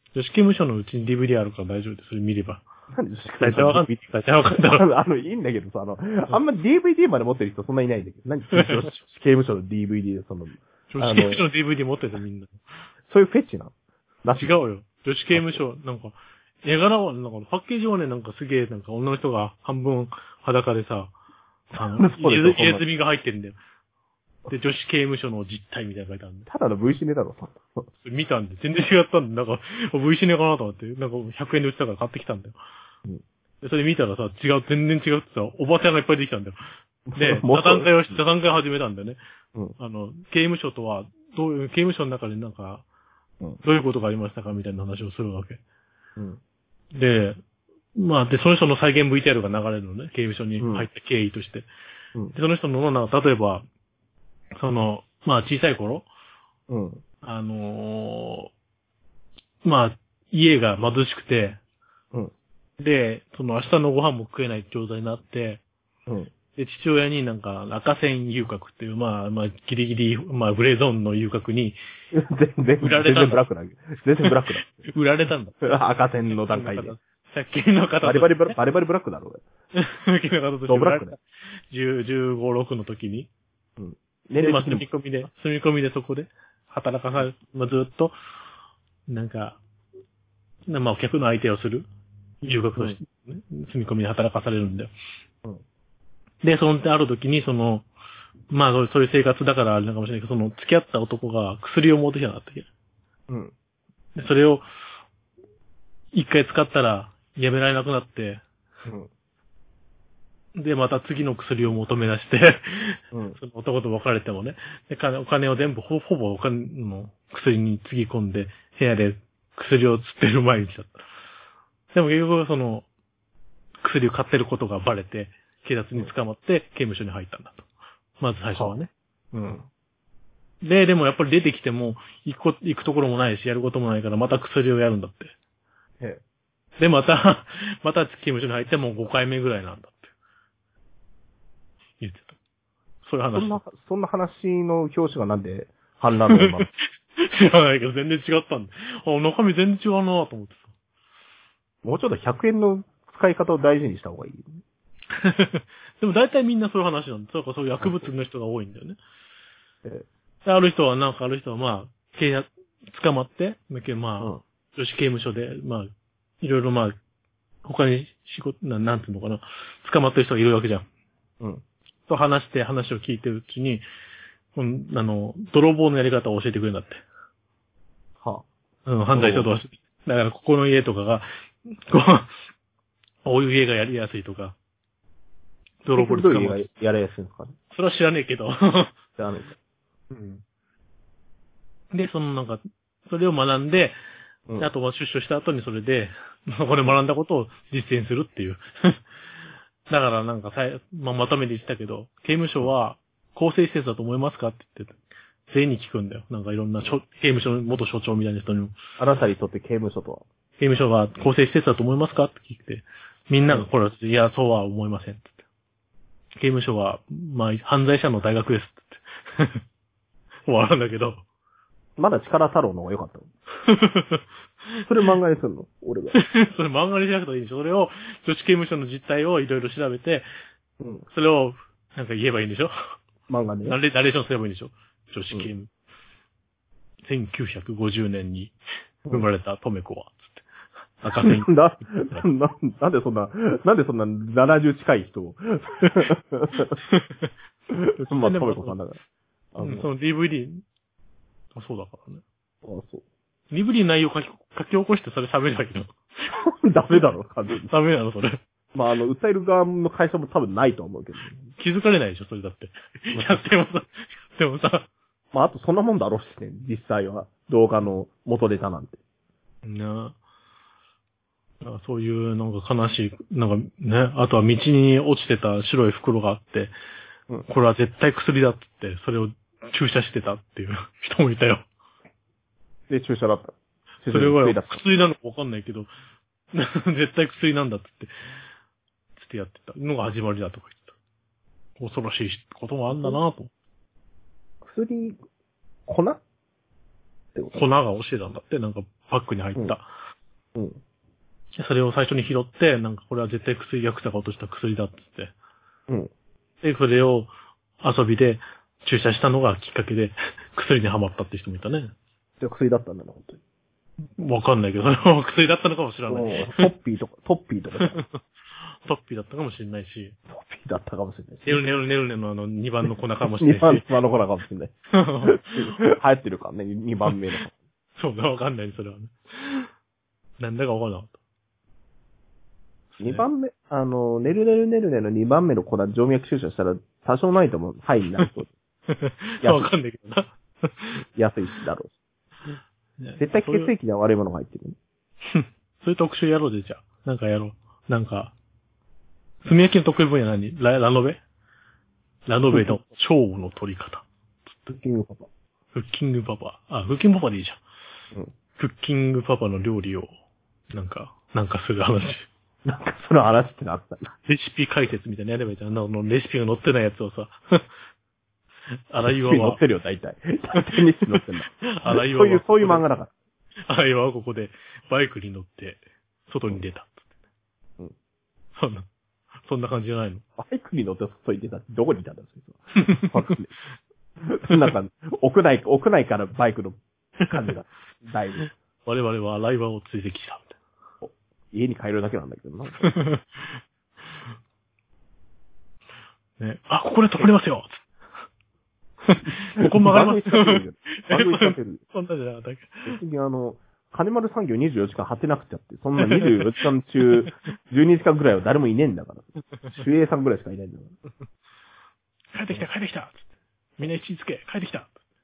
S1: 女子刑務所のうちに ディーブイディー あるから大丈夫です。それ見れば。
S2: なんで女子刑
S1: 大体わかんない。大体わかんない。
S2: あの、あの、いいんだけどさ、あの、あんま ディーブイディー まで持ってる人そんないないんだけど、何女子刑務所の ディーブイディー でその、
S1: 女子刑務所の ディーブイディー 持ってるみんな。
S2: そういうフェチなの？
S1: 違うよ。女子刑務所、なんか、絵柄は、なんか、パッケージはね、なんかすげえ、なんか女の人が半分裸でさ、あの、入れ墨が入ってるんだよ。で、女子刑務所の実態みたいな書いてあるんで。
S2: ただの V シネだろ、さ。
S1: 見たんで、全然違ったんで、なんか、V シネかなと思って、なんかひゃくえんで売ってたから買ってきたんだよ。うん、でそれ見たらさ、違う、全然違うってさ、おばちゃんがいっぱいできたんだよ。で、座談会をし、座談会を始めたんだよね。うん、あの、刑務所とは、どういう、刑務所の中でなんか、うん、どういうことがありましたかみたいな話をするわけ。うん、で、まあ、で、その人の再現 ブイティーアール が流れるのね、刑務所に入った経緯として。うん、で、その人の、なんか、例えば、その、まあ、小さい頃、うん、あのー、まあ、家が貧しくて、うん、で、その明日のご飯も食えない状態になって、うん、で、父親になんか赤線遊郭っていう、まあ、まあ、ギリギリ、まあ、グレーゾーンの遊郭に、
S2: 全然、売られたんだ。全然ブラックだ。全然ブラックだ。
S1: 売られたんだ。
S2: 赤線の段階で。
S1: 借金の方
S2: バリバリブラ、バリバリブラックだろ、
S1: 借金の方として
S2: ブラックだ。
S1: じゅう、じゅうご、ろくの時に。
S2: うん。
S1: で、まあ、住み込みで、住み込みでそこで、働かされ、まあ、ずっと、なんか、まあ、お客の相手をする、遊学として、ね、うん、住み込みで働かされるんだよ。うん。で、その、ある時に、その、まあ、そういう生活だからあれなのかもしれないけど、その、付き合った男が薬を持ってきたんだったっけ。うん。で、それを、一回使ったら、やめられなくなって、うん、で、また次の薬を求め出して、うん、その男と別れてもね、で、お金を全部ほ、ほぼお金の薬につぎ込んで、部屋で薬を釣ってる毎日だった。でも結局その、薬を買ってることがバレて、警察に捕まって刑務所に入ったんだと。まず最初はね。うん。で、でもやっぱり出てきても、行くこ、行くところもないし、やることもないから、また薬をやるんだって。ええ、で、また、また刑務所に入ってもうごかいめぐらいなんだって。言ってた。そういう話。
S2: そんな、そんな話の表紙がなんで反乱のまま
S1: 知らないけど全然違ったんだ。あ、中身全然違うなと思ってさ。
S2: もうちょっとひゃくえんの使い方を大事にした方がいい。
S1: でも大体みんなそういう話なんです。だからそういう薬物の人が多いんだよね。ええ、ある人は、なんかある人はまあ、刑事、捕まって、まあ、うん、女子刑務所で、まあ、いろいろまあ、他に仕事、ななんていうのかな、捕まってる人がいるわけじゃん。うん。と話して話を聞いてるうちに、うん、あの、泥棒のやり方を教えてくれるんだって。はあ。うん、犯罪者とは。だからここの家とかが、こう、こういう家がやりやすいとか、
S2: 泥棒に捕まる。やりやすいのかね。
S1: それは知らねえけど。
S2: 知らねえ。
S1: うん。で、そのなんか、それを学んで、うん、あとは出所した後にそれで、そこで学んだことを実践するっていう。だからなんかさ、まあ、まとめて言ってたけど、刑務所は更生施設だと思いますかって言ってた。全員に聞くんだよ。なんかいろんな刑務所の元所長みたいな人にも。
S2: あなたにとって刑務所とは
S1: 刑務所は更生施設だと思いますかって聞いて、みんながこれは、いや、そうは思いませんって言って。刑務所は、まあ、犯罪者の大学ですって言って。終わるんだけど。
S2: まだ力太郎の方が良かったの。それ漫画にするの俺が。
S1: それ漫画にしなくていいでしょ。それを、女子刑務所の実態をいろいろ調べて、うん、それを、なんか言えばいいんでしょ。
S2: 漫画で、ね。
S1: ナレーションすればいいんでしょ。女子刑務。うん、せんきゅうひゃくごじゅうねんに生まれたとめこは、つって。赤線。
S2: な、な、なんでそんな、なんでそんなななじゅう近い人を。まあ、とめこさんだから。
S1: うん、その ディーブイディー、あ、そうだからね。
S2: ああ、そう。
S1: ディーブイディーの内容書き、書き起こしてそれ喋ればいいの。
S2: ダメだろ、完全に。
S1: ダメなの、それ。
S2: まあ、あの、訴える側の会社も多分ないと思うけど、ね。
S1: 気づかれないでしょ、それだって。やってもさ、でもさ。
S2: まあ、あとそんなもんだろうしね、実際は。動画の元ネタなんて。
S1: なあ。そういうなんか悲しい、なんかね、あとは道に落ちてた白い袋があって、うん、これは絶対薬だって言って、それを注射してたっていう人もいたよ。
S2: で、注射だった。
S1: それは薬なのかわかんないけど、絶対薬なんだって言って、つってやってたのが始まりだとか言ってた。恐ろしいこともあんだなと。
S2: 薬、粉ってこと？
S1: 粉が教えたんだって、なんかパックに入った。
S2: うん。
S1: それを最初に拾って、なんかこれは絶対薬、ヤクザが落とした薬だって言って。
S2: うん。
S1: で、それを遊びで注射したのがきっかけで薬にはまったって人もいたね。
S2: じゃあ薬だったんだね、本当に。
S1: わかんないけど、それは薬だったのかもしれない。
S2: トッピーとか、トッピーとか。
S1: トッピーだったかもしれないし。
S2: トッピーだったかもしれないし。
S1: ネルネルネルネのあのにばんの粉かもしれないし。
S2: にばんの粉かもしれない。流行ってるからね、にばんめの。
S1: そうだ、わかんない、それはね。なんだかわかんなかった。
S2: にばんめ、あの、ネルネルネルネのにばんめの粉静脈注射したら多少ないと思う。はいになると。
S1: わかんないけどな。
S2: 安いしだろうし。絶対血液には悪いものが入ってる、ね。
S1: そういう特集やろうで、じゃあ。なんかやろう。なんか、炭焼きの得意分野何ララノベラノベの腸の取り方。
S2: クッキングパパ。
S1: クッキングパパ。あ、クッキングパパでいいじゃん。
S2: うん。
S1: クッキングパパの料理を、なんか、なんかする話。
S2: なんかその話ってなったな。
S1: レシピ解説みたいなやればいいじゃん。あの、レシピが載ってないやつをさ。荒岩は。
S2: 載ってるよ、大体。大体レシピ載ってんだ。
S1: 荒岩は。
S2: そういう、そういう漫画だから。
S1: 荒岩はここでバイクに乗って、外に出た。
S2: うん。
S1: そんな、そんな感じじゃないの？
S2: バイクに乗って外に出たってどこにいたんだそれ。なんか、屋内、屋内からバイクの感じが、だいぶ。
S1: 我々は荒岩を連れてきた。
S2: 家に帰るだけなんだけどな。
S1: ね、あ、ここで止まりますよここ曲がります。
S2: 番組使ってる。
S1: そんなじゃなかったっけ。
S2: 別にあの、金丸産業にじゅうよじかん張ってなくちゃって、そんなにじゅうよじかん中、じゅうにじかんくらいは誰もいねえんだから。守衛さんぐらいしかいないんだから。
S1: 帰ってきた、帰ってきたみんな位置につけ、帰ってきた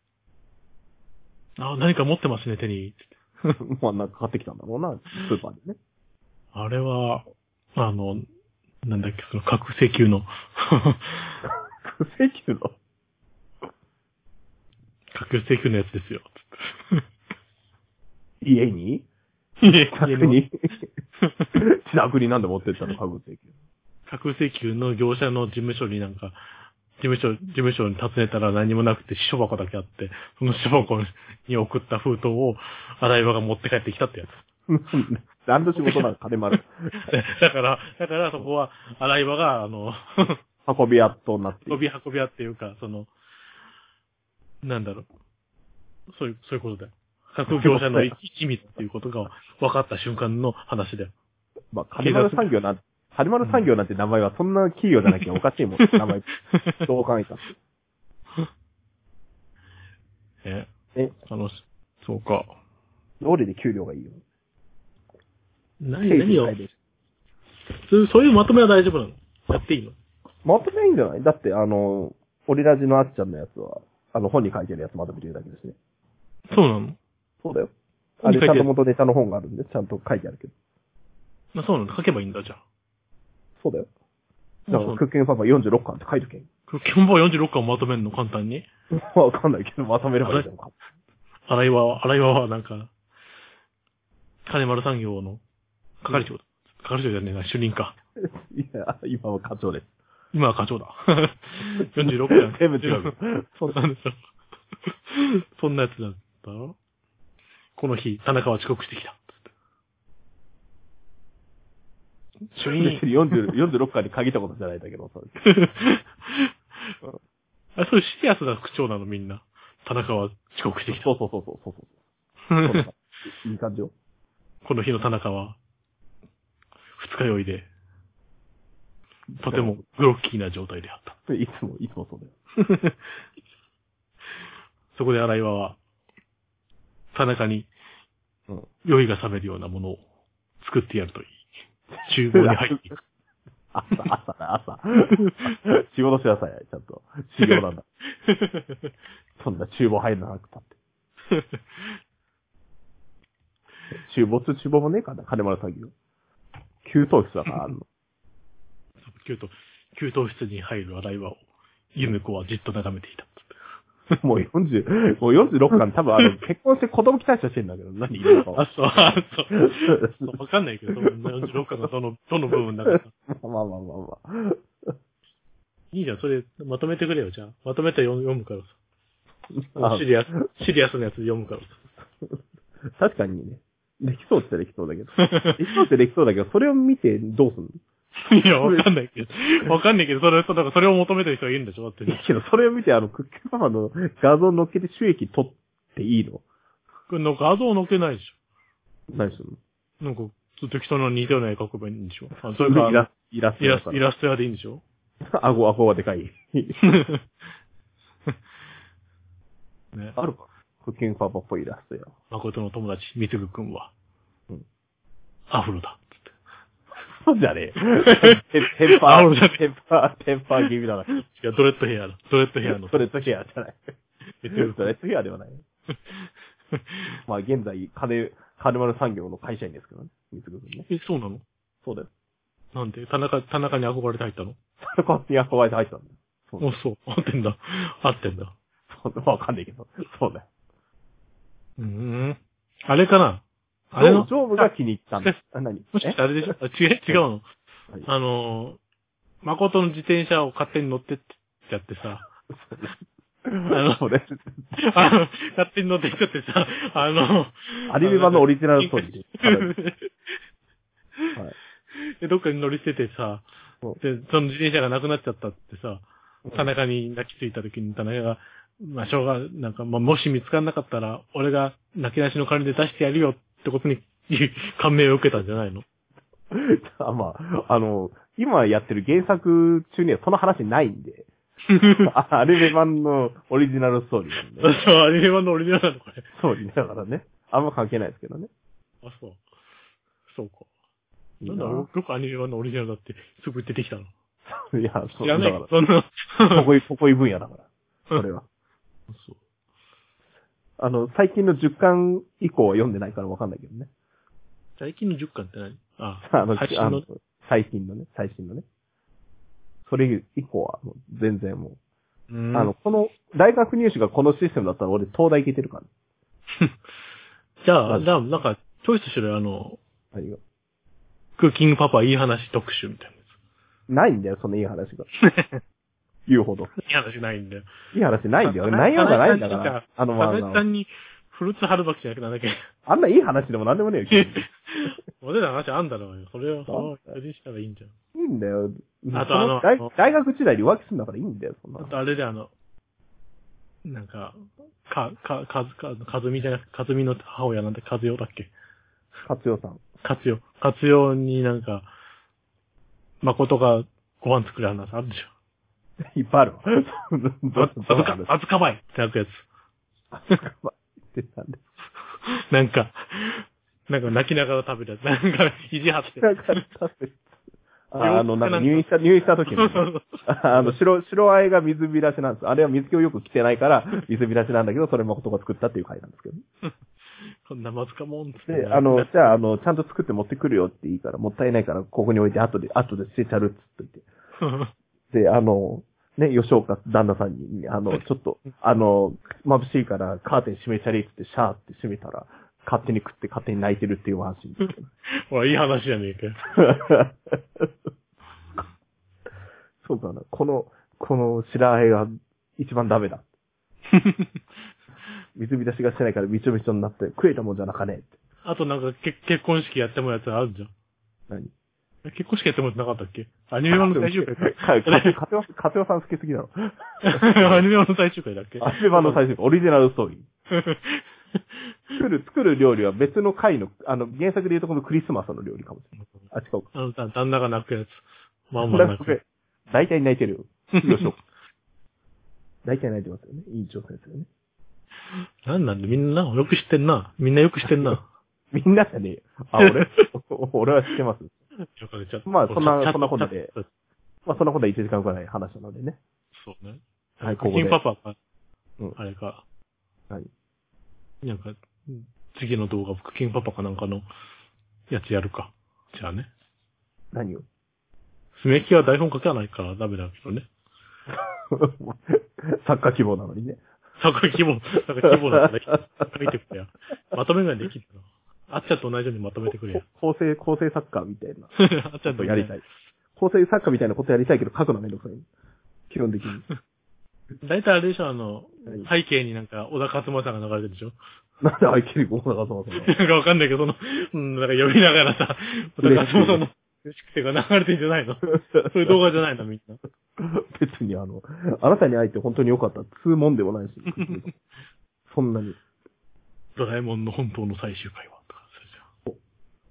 S1: あ、何か持ってますね、手に。
S2: まあ、なんか買ってきたんだろうな、スーパーでね。
S1: あれは、あの、なんだっけ、その、核石油の。
S2: 核石油の
S1: 核石油のやつですよ。
S2: 家に
S1: 家
S2: に自宅になんで持ってったの、核石油。
S1: 核石油の業者の事務所になんか、事務所、事務所に訪ねたら何もなくて、書箱だけあって、その書箱に送った封筒を、荒岩が持って帰ってきたってやつ。
S2: 何の仕事なの、金丸。
S1: だから、だからそこは、荒岩が、あの、
S2: 運び屋となって。
S1: 運び、運び屋っていうか、その、なんだろう。そういう、そういうことだよ。各業者の一味っていうことが分かった瞬間の話だよ。
S2: まあ、金丸産業なん、金丸産業なんて名前はそんな企業じゃなきゃおかしいもん、名前。どう考えたって。
S1: え
S2: え
S1: あの、そうか。
S2: どれで給料がいいよ。
S1: 何、何をそ、そういうまとめは大丈夫なの？やっていいの？
S2: まとめいいんじゃない？だって、あの、オリラジのあっちゃんのやつは、あの、本に書いてるやつまとめてるだけですね。
S1: そうなの？
S2: そうだよ。あれ、ちゃんと元ネタの本があるんで、ちゃんと書いてあるけど。
S1: あ、そうなの？書けばいいんだ、じゃあ。
S2: そうだよ。だから、クッキングパパよんじゅうろっかんって書いとけん。
S1: クッキングパパよんじゅうろっかんまとめるの簡単に？
S2: わかんないけど、まとめればいいじゃんか。
S1: 荒岩、荒岩はなんか、金丸産業の係長だ。係長じゃねえな、主任か。
S2: いや、今は課長です。
S1: 今は課長だ。よんじゅうろっかん。
S2: 全部違う。
S1: そうなんですよ。そんなやつだったろ？この日、田中は遅刻してきた。
S2: 主任よんじゅう、よんじゅうろっかんに限ったことじゃないんだけど、それ。
S1: あ、そういうシリアスな口調なの、みんな。田中は遅刻してきた。
S2: そうそうそうそうそうそう。いい感じよ。
S1: この日の田中は、二日酔いで、とてもグロッキーな状態であった。
S2: いつも、いつもそうだよ。
S1: そこで荒岩は、田中に、酔いが覚めるようなものを作ってやるといい。厨房に入っていく。
S2: 朝、朝だ、朝。仕事しなさい、ちゃんと。修行なんだ。そんな厨房入らなくたって。厨房、厨房もねえかな、金丸産業。給湯室だからあるの。
S1: 給湯、給湯室に入る荒岩を、ゆめ子はじっと眺めていた。
S2: もうよんじゅう、もうよんじゅうろっかん多分あの、結婚して子供期待者してんだけど、何言うのか。
S1: あ、そう、あ、そう。わかんないけど、よんじゅうろっかんがどの、どの部分だか。
S2: まあまあまあまあ。
S1: いいじゃん、それ、まとめてくれよ、じゃあ。まとめて読むからさ。シリアス、シリアスなやつ読むからさ。
S2: 確かにね。 できそうってできそうだけど。できそうってできそうだけど、それを見てどうすんの？
S1: いや、わかんないけど。わかんないけど、それ、それそれを求めてる人がいるんでしょだって。
S2: いいけど、それを見て、あの、クッキーパパの画像乗っけて収益取っていいの？
S1: これなんか画像載っけないでし
S2: ょ。何する
S1: の？なんか、適当な似たような絵描けばいいんでしょ。
S2: あ、それからイライラスト
S1: イラスト。イラスト屋でいいんでしょ。
S2: 顎、顎はでかい。ね、あるか。クッキングパパっぽいイラストや。
S1: 誠の友達、みつぐくんは。うん。アフロだ。
S2: そうじゃねえ。テンパー、テンパー、テンパー気味だな。
S1: 違う、ドレッドヘアだ。ドレッドヘアの。
S2: ドレッドヘアじゃない。ドレッドヘアではない。まあ、現在、金、金丸産業の会社員ですけどね。みつぐくんね。
S1: え、そうなの？
S2: そうだよ。
S1: なんで田中、田中に憧れて入ったの？
S2: 田中に憧れて入ったんだよ。
S1: そう。そう。合ってんだ。合ってんだ。
S2: そう、わかんないけど。そうだよ。
S1: うーん。あれかな？
S2: あれの上部が気に入ったんだ。あ、何？
S1: もしかしてあれでしょ？違う、違うの。はい、あの、誠の自転車を勝手に乗ってっちゃってさ。あの、
S2: そうです。
S1: あの、勝手に乗ってっちゃってさ、あの、
S2: アニメ版のオリジナルストーリーで。
S1: はい。で、どっかに乗り捨ててさ、で、その自転車がなくなっちゃったってさ、田中に泣きついた時に田中が、まあ、しょうが、なんか、まあ、もし見つからなかったら、俺が泣き出しの金で出してやるよってことに感銘を受けたんじゃないの？
S2: あ、まあ、あの、今やってる原作中にはその話ないんで。アニメ版のオリジナルストーリーなんで。
S1: そう、アニメ版のオリジナルなのこれ。
S2: そうだからね。あんま関係ないですけどね。
S1: あ、そう。そうか。いいな。なんだろう、よくアニメ版のオリジナルだってすぐ出てきたの。
S2: いや、そう
S1: 知らない
S2: だから。
S1: そんな。
S2: ここい、ここい分野だから。それは。
S1: そう。
S2: あの、最近のじゅっかん以降は読んでないからわかんないけどね。
S1: 最近のじゅっかんって何？あ
S2: あ、あの、
S1: 最新の
S2: 最近のね、最新のね。それ以降はもう全然もう。うん、あの、この、大学入試がこのシステムだったら俺東大行けてるから。
S1: じゃあ、じゃあ、なんか、チョイスしろよ、あの、
S2: 何が
S1: クッキングパパいい話特集みたいなや
S2: つ。ないんだよ、そのいい話が。言うほど。
S1: いい話ないんだよ。
S2: いい話ないんだよ。内容がないんだから。あの、まあ、
S1: 田中さんにフルーツ春巻きじゃなくてなんだっけ。
S2: あんないい話でもなんでもねえよ。
S1: 俺らの話あんだろうよ。それを、その、それにしたらいいんじゃん。
S2: いいんだよ。
S1: あとあの、
S2: 大, 大学時代に浮気するんだからいいんだよ、そんな。
S1: あとあれであの、なんか、か、か、かず、か、かずみじゃなくて、かずみの母親なんてかずよだっけ？
S2: かつよさん。
S1: かつよ。かつよになんか、誠がご飯作る話あるでしょ。
S2: いっぱいあるわ。
S1: あずか、あずかばいってなくやつ。
S2: あずかばいってなんです
S1: なんか、なんか泣きながら食べるやつ。なんか、肘張って。
S2: なんか食べる。あの、なんか入院した、入院した時に、あの、白、白あえが水浸しなんです。あれは水気をよく着てないから、水浸しなんだけど、それ誠が作ったっていう回なんですけど。
S1: こんなまずかもんって。
S2: で、あの、じゃあ、あの、ちゃんと作って持ってくるよっていいから、もったいないから、ここに置いて、後で、後で捨てちゃるっつっといて。で、あの、ね、吉岡旦那さんに、あの、ちょっと、あの、眩しいからカーテン閉めちゃりってって、シャーって閉めたら、勝手に食って勝手に泣いてるっていう話。
S1: ほら、いい話じゃねえかよ。
S2: そうかな。この、この白あえが一番ダメだ。水浸しがしてないからびちょびちょになって食えたもんじゃなかねえって。
S1: あとなんかけ結婚式やってもらうやつあるじゃん。
S2: 何
S1: 結婚式やってもらってなかったっけ？アニメ版の最終回か。
S2: か、かつよ、かつよさん好きすぎだろ。
S1: アニメ版の最終回だっけ？
S2: アニメ版の最終回、オリジナルストーリー。作る、作る料理は別の回の、あの、原作で言うとこのクリスマスの料理かもしれない。あ、違うか。
S1: あの、旦那が泣くやつ。まあまあ泣く。
S2: 大体泣いてるよ。よしょ。大体泣いてますよね。委員長先生ね。
S1: なんなんでみんなよく知ってんな。みんなよく知ってんな。
S2: みんなじゃねえよ。あ、俺俺は知ってます。まあ、そんな、そんなことで。まあ、そんなことでいちじかんくらい話したのでね。
S1: そうね。
S2: はい、
S1: ここで。パパか。
S2: うん。
S1: あれか。
S2: はい。
S1: なんか、次の動画、クッキングパパかなんかのやつやるか。じゃあね。
S2: 何を
S1: すめきは台本書けないからダメだけどね。
S2: 作家希望なのにね。
S1: 作家希望、作家希望だったら書いてくれや。まとめができるな。あっちゃんと同じようにまとめてくれや。
S2: 構成、構成作家みたいな。
S1: あっちゃんと
S2: やりたい。構成作家みたいなことやりたいけど書くのめんどくさい。基本的に。
S1: だいたいあれでしょ、あの、背景になんか、小田勝正が流れてるでしょ。
S2: なんで背景に小田勝正が
S1: なんかわかんないけど、その、うん、なんか読みながらさ、小田勝正の嬉しくてが流れてんじゃないのそういう動画じゃないのみんな。
S2: 別にあの、あなたに会えて本当に良かった。つうもんでもないし。そんなに。
S1: ドラえもんの本当の最終回はとか、それじ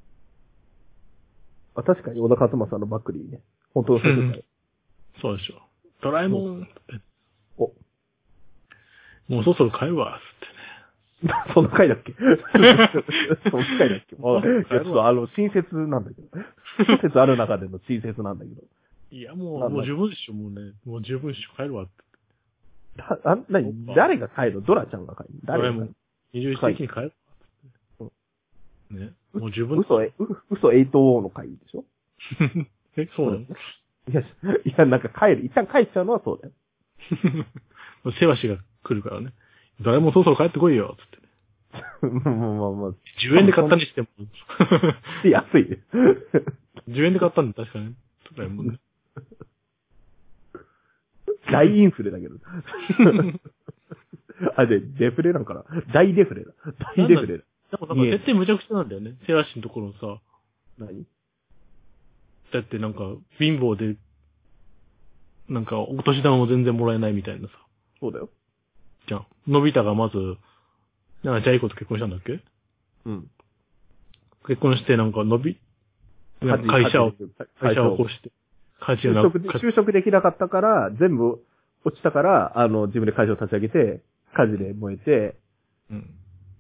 S2: ゃあ、確かに小田勝正のバックリーね。本当の最終回。
S1: そうでしょ。ドラえもんって。
S2: お。
S1: もうそろそろ帰るわ、つってね。
S2: その回だっけその回だっけまあ、ちょっとあの、親切なんだけど。親切ある中での親切なんだけど。
S1: いや、もう、もう十分でしょ、もうね。もう十分でしょ、帰るわって。
S2: だ、あ、なに、誰が帰るのドラちゃんが帰るの誰が帰るの
S1: 二十一世紀に帰るわって。ね。もう十分。
S2: 嘘、嘘エイトオーの回でしょ
S1: え、そうなの？
S2: いや、いや、なんか帰る。一旦帰っちゃうのはそうだよ。
S1: セワシが来るからね。誰もそろそろ帰ってこいよ、つってね。
S2: まあまあまあ。
S1: じゅうえんで買ったにしても。
S2: 安いね。
S1: じゅうえんで買ったんだ、確かに。そうだよ、もうね。
S2: 大インフレだけど。あ、で、デフレなんかな大デフレだ。大デフレだ。
S1: でもなんか設定むちゃくちゃなんだよね。セワシのところさ。
S2: 何
S1: だってなんか、貧乏で、なんか、お年玉も全然もらえないみたいなさ。
S2: そうだよ。
S1: じゃん。のび太がまず、なんかジャイコと結婚したんだっけ？
S2: うん。
S1: 結婚してなんか、のび、なんか会社を、会社を起こして、会社
S2: 就職で、就職できなかったから、全部落ちたから、あの、自分で会社を立ち上げて、火事で燃えて、
S1: うん。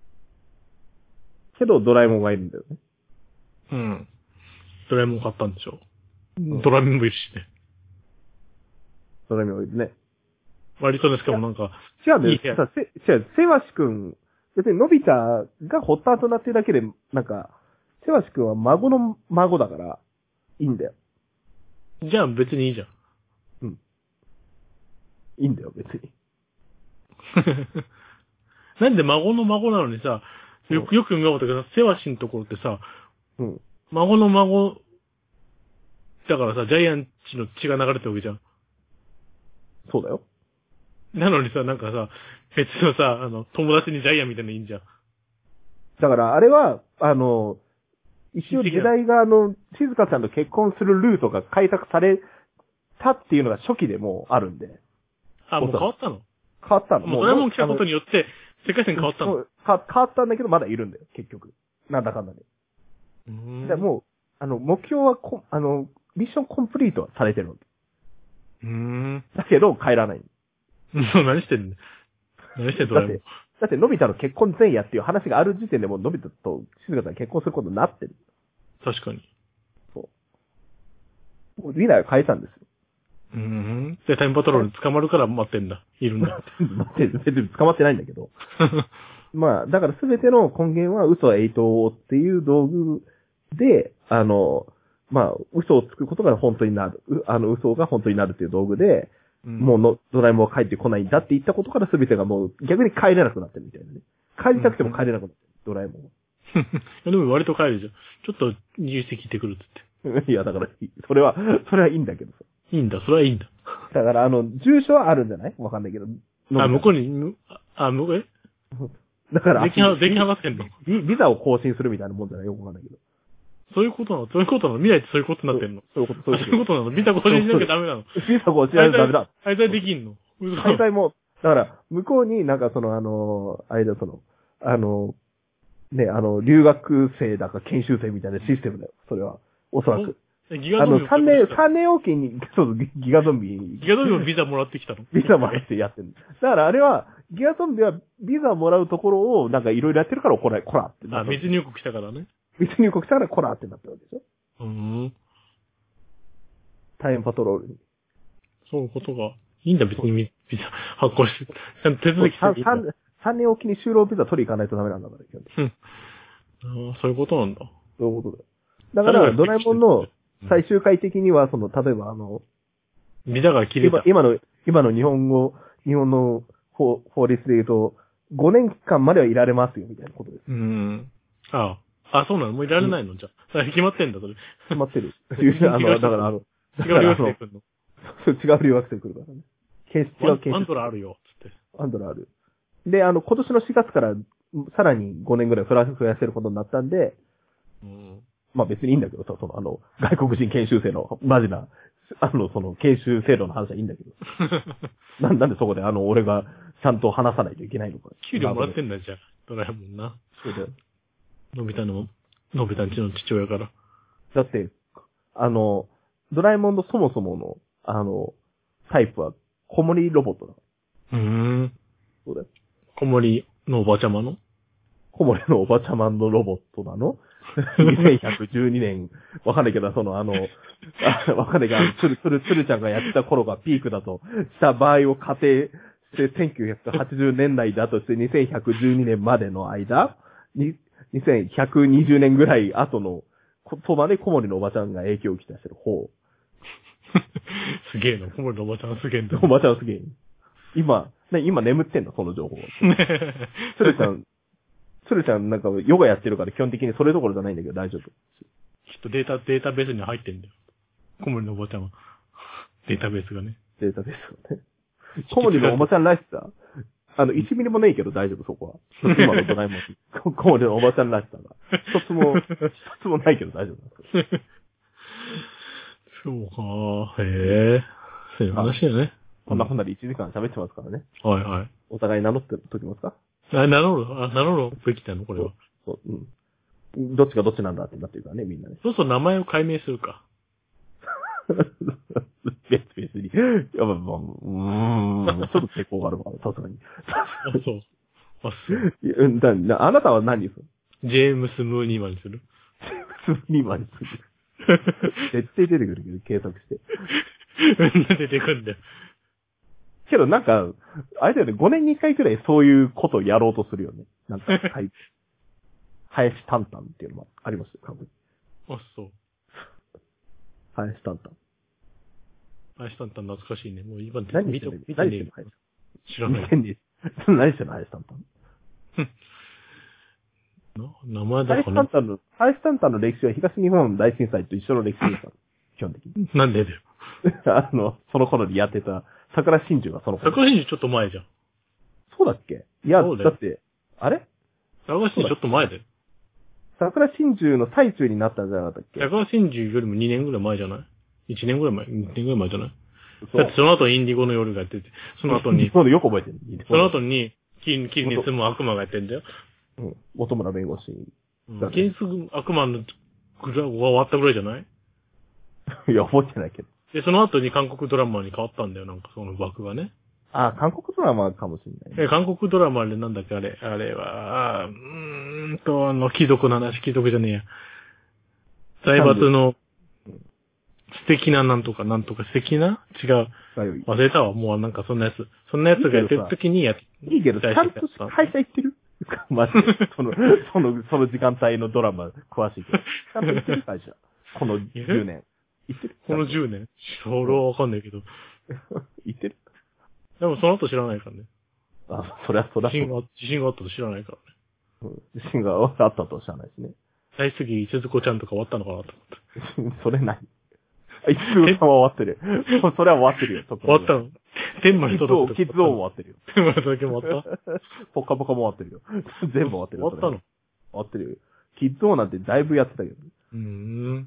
S2: けど、ドラえもんがいるんだよね。
S1: うん。ドラえもん買ったんでしょ。
S2: うん、
S1: ドラえもんもいるしね。
S2: ドラえもんがいるね。
S1: 割とね、しかもなんか、
S2: 違うんだよ。さ、せ、違う、セワシくん、別にのび太が発端となってるだけで、なんか、セワシくんは孫の孫だから、いいんだよ。
S1: じゃあ別にいいじゃん。
S2: うん。いいんだよ、別に。
S1: なんで孫の孫なのにさ、よくよく見ようとかさ、セワシのところってさ、
S2: うん。
S1: 孫の孫、だからさ、ジャイアンチの血が流れてるわけじゃん。
S2: そうだよ。
S1: なのにさ、なんかさ、別のさ、あの、友達にジャイアンみたいなのいいんじゃん。
S2: だから、あれは、あの、一応時代があの、静香ちゃんと結婚するルートが開拓されたっていうのが初期でもうあるんで。
S1: あ、もう変わったの？
S2: 変わったの。
S1: もうドラえもん来たことによって、世界線変わったの？
S2: か変わったんだけど、まだいるんだよ、結局。なんだかんだで。
S1: うーん。
S2: でもう、あの、目標はこ、あの、ミッションコンプリートはされてるわけ。
S1: うーん。
S2: だけど、帰らない。
S1: 何してんの？何してんの？
S2: だって、だって、のび太の結婚前夜っていう話がある時点でもう、のび太と静香さん結婚することになってる。
S1: 確かに。
S2: そう。もう、リナが変えたんですよ。
S1: うーん。で、タイムパトロールに捕まるから待ってんだ。いるんだ。
S2: 待って、別に捕まってないんだけど。まあ、だからすべての根源は嘘はエイトオーっていう道具で、あの、まあ、嘘をつくことが本当になる。あの、嘘が本当になるっていう道具で、うん、もうの、ドラえもんは帰ってこないんだって言ったことから全てがもう逆に帰れなくなってるみたいなね。帰りたくても帰れなくなってる、うん、ドラえもんは。
S1: でも割と帰るじゃん。ちょっと入籍行ってくるって
S2: 言って。いや、だから、それは、それはいいんだけどさ。
S1: いいんだ、それはいいんだ。
S2: だから、あの、住所はあるんじゃないわかんないけど。
S1: あ、向こうに、あ、向こう、え
S2: だから、
S1: できは、できはがってんの
S2: ビビザを更新するみたいなもんじゃないよくわかんないけど。
S1: そういうことなのそういうことなの未来ってそういうことになってんの
S2: そういうこと、そういうこと。
S1: そういうことなのビザ更新しなきゃダメなの
S2: ビザ更新しなきゃダメだ。
S1: 滞在できんの
S2: 滞在も、だから、向こうになんかその、あの、あれだ、その、あの、ね、あの、留学生だか研修生みたいなシステムだよ。それは。おそらく。
S1: ギガゾンビ
S2: あの、三年、三年おきに、そう、ギガゾンビ。
S1: ギガゾンビもビザもらってきたの
S2: ビザもらってやってる。だからあれは、ギガゾンビはビザもらうところをなんかいろいろやってるから怒られ、こらってな
S1: った。あ、密入国したからね。
S2: 密入国したからこらってなったわけでしょ。
S1: うーん。
S2: タイムパトロールに。
S1: そういうことが。いいんだ、別にビザ発行して。ちゃんと手続きしていいんだ。
S2: 三年おきに就労ビザ取り行かないとダメなんだから。
S1: うん。ああ、そういうことなんだ。
S2: そういうことだよ。だから、ドラえもんの最終回的には、その、例えばあの、
S1: ビザが切れた。
S2: 今の、今の日本語、日本の法法律で言うと、ごねんかんまではいられますよ、みたいなことです。
S1: うん。ああ。あ、そうなのもういられないの、うん、じゃあ。決まってんだ、それ。
S2: 決まってる。あの、だからあの、
S1: 違う留学生来るの
S2: 違う留学生来るからね。 研修、違う研修。
S1: アンドラあるよ、つって。
S2: アンドラある。で、あの、今年のしがつから、さらにごねんぐらい増やせることになったんで、
S1: うん、
S2: まあ別にいいんだけどさ、その、あの、外国人研修生の、マジな、あの、その、研修制度の話はいいんだけど。ななんでそこで、あの、俺が、ちゃんと話さないといけないのか。
S1: 給料もらってんだじゃん、ドラえもんな。
S2: そうだよ。
S1: のび太の、のび太んちの父親から。
S2: だって、あの、ドラえもんのそもそもの、あの、タイプは、子守ロボットだ。
S1: うーん。
S2: そうだよ。
S1: 子守のおばちゃまの
S2: 子守のおばちゃまのロボットなのにせんひゃくじゅうにねん、わかんないけど、その、あの、あわかんないけど、つるつるつるちゃんがやってた頃がピークだとした場合を仮定してせんきゅうひゃくはちじゅうねんだいだとしてにせんひゃくじゅうにねんまでの間、ににせんひゃくにじゅうねんぐらい後の、とまで小森のおばちゃんが影響をきたしてる方。
S1: すげえな、小森のおばちゃんすげえんだ。
S2: おばちゃんすげえ。今、ね、今眠ってんだ、その情報。つるちゃん、つるちゃんなんかヨガやってるから基本的にそれどころじゃないんだけど大丈夫。
S1: きっとデータ、データベースに入ってんだよ。小森のおばちゃんは。データベースがね。
S2: データベースがね。小森のおばちゃんらしさ、あの、いちミリもないけど大丈夫、そこは。今のドラえもん。小森のおばちゃんらしさが。一つも、一つもないけど大丈夫なんです
S1: そうか、へえ。そういう話だよね。
S2: こんなこんなでいちじかん喋ってますからね。
S1: はいはい。
S2: お互い名乗ってときますか？
S1: あ、名乗るあ、名乗るべきなのこれは。
S2: そう、うん。どっちがどっちなんだってなってるからね、みんなね。
S1: そうそう、名前を改名するか。
S2: 別別に。やっぱ、まあ、うーん、ちょっと抵抗があるわ、さすがに。
S1: あ、そう。あ、そう。
S2: いやだなあなたは何にする？
S1: ジェームス・ムーニーマンにする？
S2: ジェームス・ムーニーマンにする。絶対出てくるけど、計測して。
S1: 出てくるんだよ。
S2: けどなんか、あれだよね、ごねんにいっかいくらいそういうことをやろうとするよね。なんか、はい。林タンタンっていうのもありますよ、多分。
S1: あ、そう。
S2: 林タンタン。
S1: 林タンタン懐かしいね。もう今で
S2: 何してんの
S1: 見てねえ。知らない。見て
S2: ねえ。何してんの林タンタン。
S1: な名前だ
S2: 林タンタンの、林タンタンの歴史は東日本大震災と一緒の歴史ですから。基本的に。
S1: なんでだよ。
S2: あの、その頃にやってた、桜真珠がその頃。
S1: 桜真珠ちょっと前じゃん。
S2: そうだっけ？いや、だって、あれ
S1: 桜真珠ちょっと前だよ。
S2: 桜真珠の最中になったんじゃなかったっけ？
S1: 桜真珠よりもにねんぐらい前じゃない ?いち 年ぐらい前、にねんぐらい前じゃないだってその後インディゴの夜がやってて、その後に、
S2: そうよく覚えてる。
S1: その後に、金、金に住む悪魔がやってんだよ。
S2: うん。元村弁護士。
S1: うん、金に住む悪魔のぐらい終わったぐらいじゃない
S2: いや、覚えてないけど。
S1: で、その後に韓国ドラマに変わったんだよ、なんかその枠がね。
S2: あ、韓国ドラマかもしれない、ね。
S1: え、韓国ドラマでなんだっけ、あれ、あれは、あうーんと、あの、貴族の話、貴族じゃねえや。財閥の、素敵ななんとか、なんとか素敵な違う。忘れたわ、もうなんかそんなやつ。そんなやつがやってる時にやって。
S2: いいけど、ちゃんと会社行ってるマジで。その、その、その時間帯のドラマ詳しいけど。ちゃんと行ってる会社。このじゅうねん。行ってる
S1: このじゅうねんそれはわかんないけど。
S2: 行ってる
S1: でもその後知らないからね。
S2: あ、そりゃそりゃ。
S1: 自信が、自信があったと知らないから
S2: ね。自信があったと知らないしね。
S1: 大杉鈴子ちゃんとか終わったのかなと
S2: 思って。それない。いつもさんは終わってる。それは終わってるよ。
S1: 終わったの天まで届く。
S2: キッズオンも終わってるよ。
S1: 天まで届きも終わった
S2: ポッカポカも終わってるよ。全部終わってるよ。
S1: 終わったの終
S2: わってるよ。キッズオンなんてだいぶやってたけど。
S1: うーん。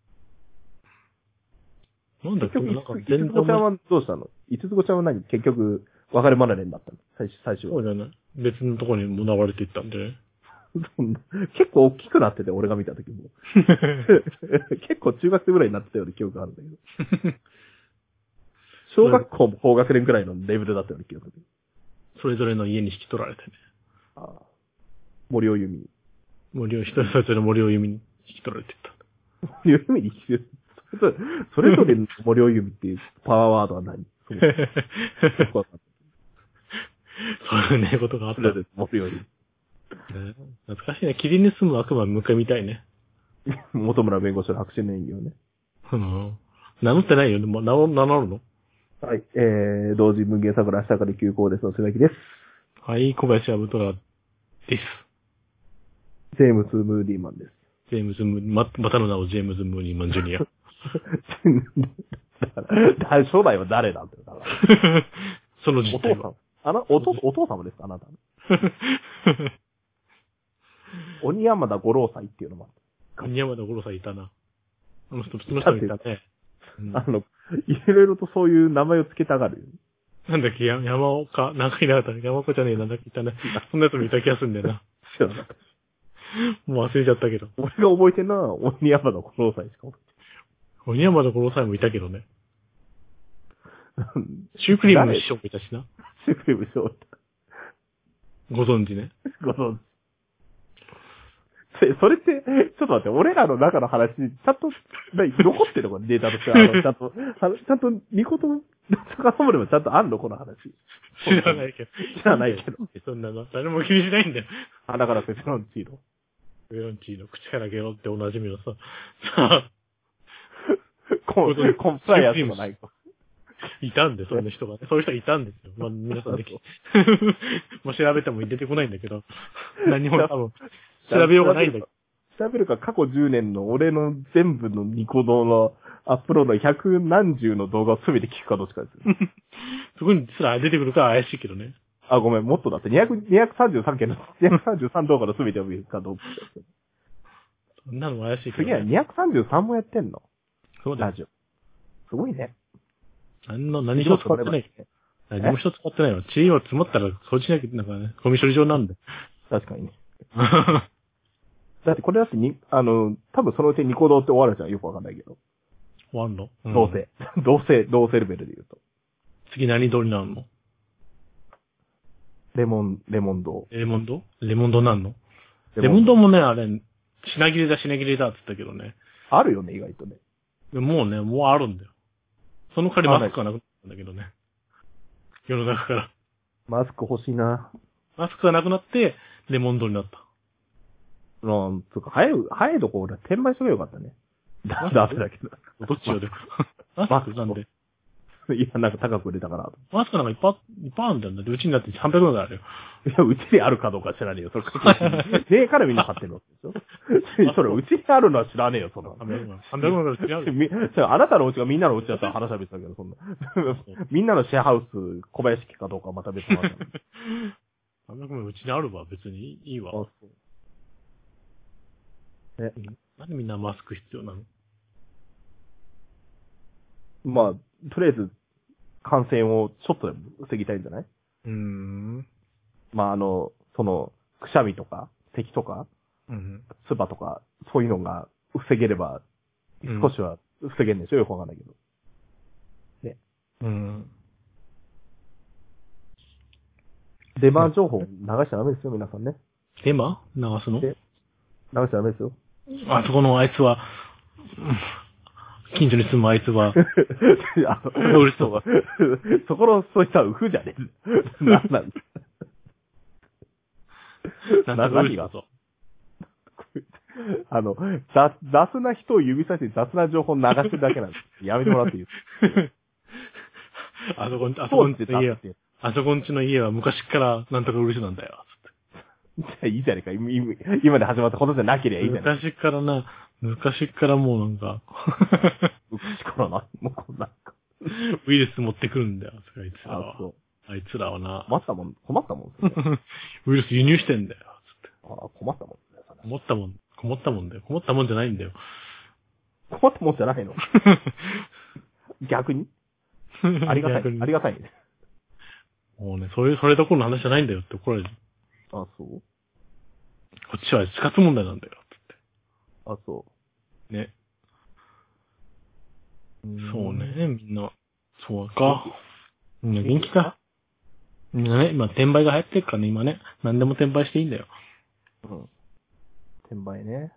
S1: なんだっけ
S2: 結局、なんか全然。いつつこちゃんはどうしたのいつつこちゃんは何結局、別れ離れになったの最初、最初は。
S1: そうじゃない。別のところにも流れていったんでね。
S2: 結構大きくなってて、俺が見た時も。結構中学生ぐらいになってたような記憶があるんだけど。小学校も高学年くらいのレベルだったような記憶で。
S1: それぞれの家に引き取られてね。
S2: ああ。森尾由美。
S1: 森尾、一人それぞれ森尾由美に引き取られていった。
S2: 森尾由美に引き取られてそれぞれの森尾由美っていうパワーワードは何そう
S1: いうね、ことがあった。
S2: 森尾由美。
S1: 懐かしいね。霧に住む悪魔向かいみたいね。
S2: 元村弁護士の白紙の演技をね。
S1: うん。名乗ってないよね。もう名乗名乗るの
S2: はい。えー、同時文芸桜明日から休校ですの鈴木です。
S1: はい、小林アブトラです。
S2: ジェームス・ムーディーマンです。
S1: ジェームズ・ムーニー、ま、またの名をジェームズ・ムーニーマン・ジュニア。
S2: 初代は誰なんだよ、だから。
S1: その
S2: お
S1: 実態は。
S2: 父さん。あな、お父、お父様ですかあなた。鬼山田五郎祭っていうのもあっ
S1: 鬼山田五郎さんいたな。あの人、その人もいたね。うん
S2: た。あの、いろいろとそういう名前を付けたがるよね。
S1: なんだっけ、や山岡、なんかいなかった山岡じゃねえ、なんだっけ、いたね。そんなやつもいた気がするんだよな。
S2: 知らなかった。
S1: もう忘れちゃったけど。
S2: 俺が覚えてるのは鬼山田五郎祭しか覚
S1: 鬼山田五郎さんもいたけどね。
S2: えてない。
S1: シュークリームの師匠もいたしな。
S2: シュークリームショー
S1: ご存知ね。
S2: ご存知。それそれって、ちょっと待って、俺らの中の話、ちゃんと、な残ってるのかデータとして。あの、ちゃんと、あのちゃんと、ニコと、かそもでもちゃんとあんのこの話。
S1: 知らないけど。
S2: 知らないけど。
S1: そんなの、誰も気にしないんだよ。
S2: あ、だからペペロンチーノ。
S1: ペペロンチーノ、口からゲロっておなじみのさ。さあ、
S2: コンコンプライアンスもないか。
S1: いたんで、そういう人がね。そういう人いたんですよ。まあ、皆さんでき。まあ、調べても出てこないんだけど。何も多分、調べようがないんだけど。
S2: 調べるか過去じゅうねんの俺の全部のニコ動のアップロード百何十の動画を全て聞くかどっちかですよ。
S1: そこにすら出てくるか怪しいけどね。
S2: あ、ごめん、もっとだって。にひゃく、にひゃくさんじゅうさんけんの、にひゃくさんじゅうさん動画の全てを見るかどうかですよ。
S1: そんなのも怪しいけど、ね。
S2: 次はにひゃくさんじゅうさんもやってんの
S1: そうだよ。
S2: ラジオ。すごいね。
S1: 何の、何一つ使ってない。何も一つ使ってないわ。チリを積もったら掃除しなきゃ、なんかね、ゴミ処理場なんで。
S2: 確かにね。だってこれだってに、あの、多分そのうちニコ動って終わるじゃん。よくわかんないけど。
S1: 終わんの、うん、
S2: どうせ。どうせ、どうせレベルで言うと。
S1: 次何通りなんの
S2: レモン、レモン堂。
S1: レモンドレモンドなんのレモンドもね、あれ、品切れだ、品切れだって言ったけどね。
S2: あるよね、意外とね。
S1: でももうね、もうあるんだよ。その代わりマスクがなくなったんだけどね。世の中から。
S2: マスク欲しいな。
S1: マスクがなくなって、レモンドになった。
S2: うん、つうか、早い、早いとこ俺、転売しとけばよかったね。だ、だってだけど。
S1: どっちよ、でも。マスクなんで。
S2: いや、なんか高く売れたから。
S1: マスクなんかいっぱい、いっぱいあるんだよね。うちにだってさんびゃくえんぐらいあるよ。
S2: いや、うちにあるかどうか知らねえよ。それ、ねえからみんな買ってるわけでしょ。それ、うちにあるのは知らねえよ、そんな。
S1: さんびゃくえんぐらい。さんびゃくえんぐらい違うよ。
S2: みあなたのうちがみんなのうちだったら話は別だけど、そんな。みんなのシェアハウス、小林家かどうかはまた別の話だ。
S1: さんびゃくえんうちにあるわ。別にいいわ。
S2: あ、そう。え、
S1: なんでみんなマスク必要なの？
S2: まあ、とりあえず、感染をちょっとでも防ぎたいんじゃないう
S1: ーん。
S2: まあ、あの、その、くしゃみとか、咳とか、
S1: うん。
S2: 唾とか、そういうのが防げれば、少しは防げんでしょ、よくわかんないけど。ね。
S1: うん。
S2: デマ情報流しちゃダメですよ、皆さんね。
S1: デマ流すの？
S2: で流しちゃダメですよ。
S1: あそこのあいつは、近所に住むあいつは、
S2: あの、
S1: うるそうが。
S2: そこの、そういったウフじゃねえ。なんなん
S1: なんかうるさそう。
S2: あの、雑、雑な人を指さして雑な情報流してるだけなんです。やめてもらっていいです
S1: あそこん、あそこんちの家は
S2: そうって、
S1: あそこんちの家は昔からなんとかうるせなんだよ。
S2: じゃあいいじゃねえか。今今で始まったことじゃなければいいじゃねえか。
S1: 昔からな、昔からもうなんか、
S2: 昔からな、もうこんなんか。
S1: ウイルス持ってくるんだよ、あいつらは。
S2: あ、そう。
S1: あいつらはな。
S2: 困ったもん、困ったもんですね。
S1: ウイルス輸入してんだよ、つって。
S2: あ困ったもんですね。それ
S1: 困ったもん、困ったもんだよ。困ったもんじゃないんだよ。
S2: 困ったもんじゃないの逆にありがたい。ありがたいね。
S1: もうね、そういう、それどころの話じゃないんだよって怒られる。
S2: あ、そう
S1: こっちは死活問題なんだよ、つって。
S2: あ、そ
S1: ね。
S2: う。
S1: そうね、みんな。そうか。みんな元気か。みんなね、今転売が流行ってるからね、今ね。何でも転売していいんだよ。
S2: うん。転売ね。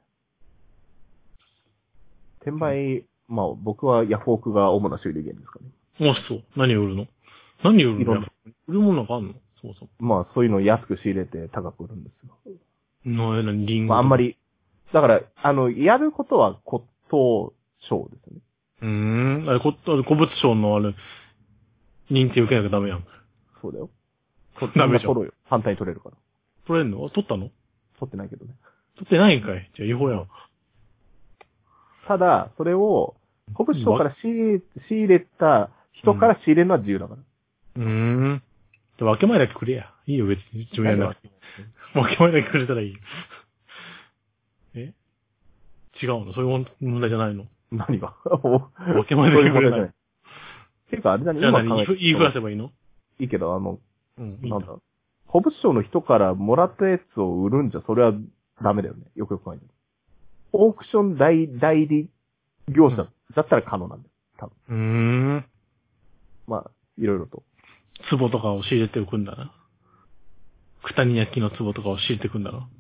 S2: 転売、まあ僕はヤフオクが主な収入源ですかね。
S1: あ、そう。何を売るの？何を売るの？
S2: いろんな
S1: 売るものなんかあんの？そうそう。
S2: まあそういうのを安く仕入れて高く売るんですよ。
S1: の、なに、リンゴ。
S2: まああんま。り、だから、あの、やることは骨董商ですね。
S1: うーん。あれ、こ、あれ古物商のあれ、認定受けなきゃダメやん。
S2: そうだよ。
S1: ダメじゃん。
S2: 取ろうよ。反対に取れるから。
S1: 取れんの？取ったの？
S2: 取ってないけどね。
S1: 取ってないんかい。じゃあ違法やん。
S2: ただ、それを、古物商から仕入れ、仕入れた人から仕入れるのは自由だから。
S1: うーん。で分け前だけくれや。いいよ、別に。自分やらなくて。分け前だけくれたらいいよ。え違うの？そういう問題じゃないの？
S2: 何が
S1: 分け前だけくれたらいい。
S2: てか、あれだね、
S1: じゃあ何？言いふらせばいいの？
S2: いいけど、あの、
S1: うん、いい
S2: なんだ。古物商の人からもらったやつを売るんじゃ、それはダメだよね。よくよく考えて。オークション代、代理業者だったら可能なんだよ。多分。
S1: うーん。
S2: まあ、いろいろと。
S1: 壺とかを仕入れておくんだな。九谷焼の壺とかを仕入れておくんだな。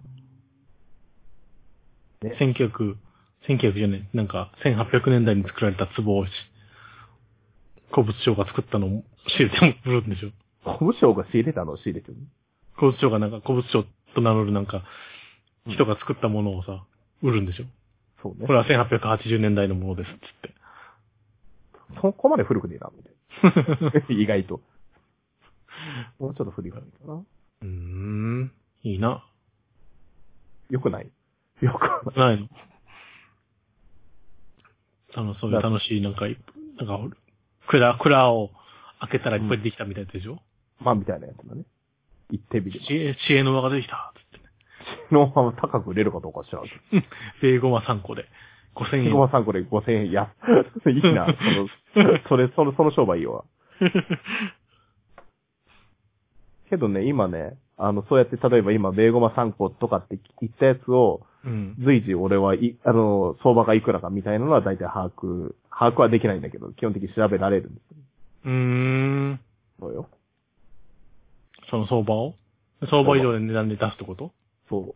S1: ね、せんきゅうひゃく、せんきゅうひゃくじゃねえ、なんか、せんはっぴゃくねんだいに作られた壺を、古物商が作ったのを仕入れても売るんでしょ。
S2: 古物商が仕入れたのを仕入れてるの？
S1: 古物商がなんか、古物商と名乗るなんか、人が作ったものをさ、売るんでしょ。
S2: そうね。
S1: これはせんはっぴゃくはちじゅうねんだいのものです、つって。
S2: そこまで古くねえな、みたいな。意外と。もうちょっと古いからいいかな。
S1: うーん。いいな。
S2: よくない。よく
S1: ないの。あの、そういう楽しい、なんか、なんか、蔵、蔵を開けたらいっぱいできたみたいでしょ、うん、
S2: まあ、みたいなやつだね。行ってみる。
S1: 知恵、知恵の輪ができた、つってね。
S2: 知恵の輪は高く売れるかどうか知らんけど。
S1: ベーゴマさんこで。ごせんえん。
S2: ベーゴマさんこでごせんえん。や、いいな。その、それ、その、その商売いいよ。けどね、今ね、あの、そうやって、例えば今、ベーゴマさんことかって言ったやつを、うん、随時俺は、い、あの、相場がいくらかみたいなのは大体把握、把握はできないんだけど、基本的に調べられるんですよ。
S1: うーん。
S2: そうよ。
S1: その相場を相場以上で値段で出すってこと？
S2: そう。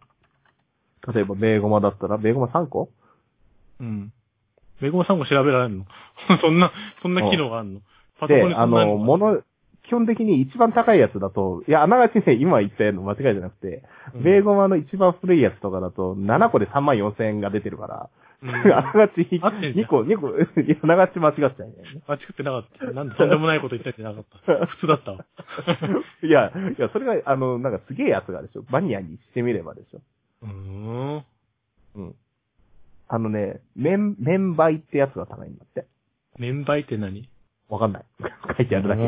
S2: 例えば、ベーゴマだったら、ベーゴマさんこ？
S1: うん。ベーゴマさんこ調べられるのそんな、そんな機能があるの？
S2: パソコンにそんなの？で、あの、もの、基本的に一番高いやつだと、いや、あながちね、今言ったの間違いじゃなくて、うん、ベーゴマの一番古いやつとかだと、ななこでさんまんよんせんえんが出てるから、うん、あながちにこ、にこ、あながち間違っちゃうね。
S1: 間違ってなかった。なんでとんでもないこと言ったんじゃなかった。普通だったわ。
S2: いや、いや、それが、あの、なんかすげえやつがでしょ。マニアにしてみればでしょ。
S1: うーん。
S2: うん。あのね、綿、綿梅ってやつが高いんだって。
S1: 綿梅って何？
S2: わかんない。書いてあるだけ。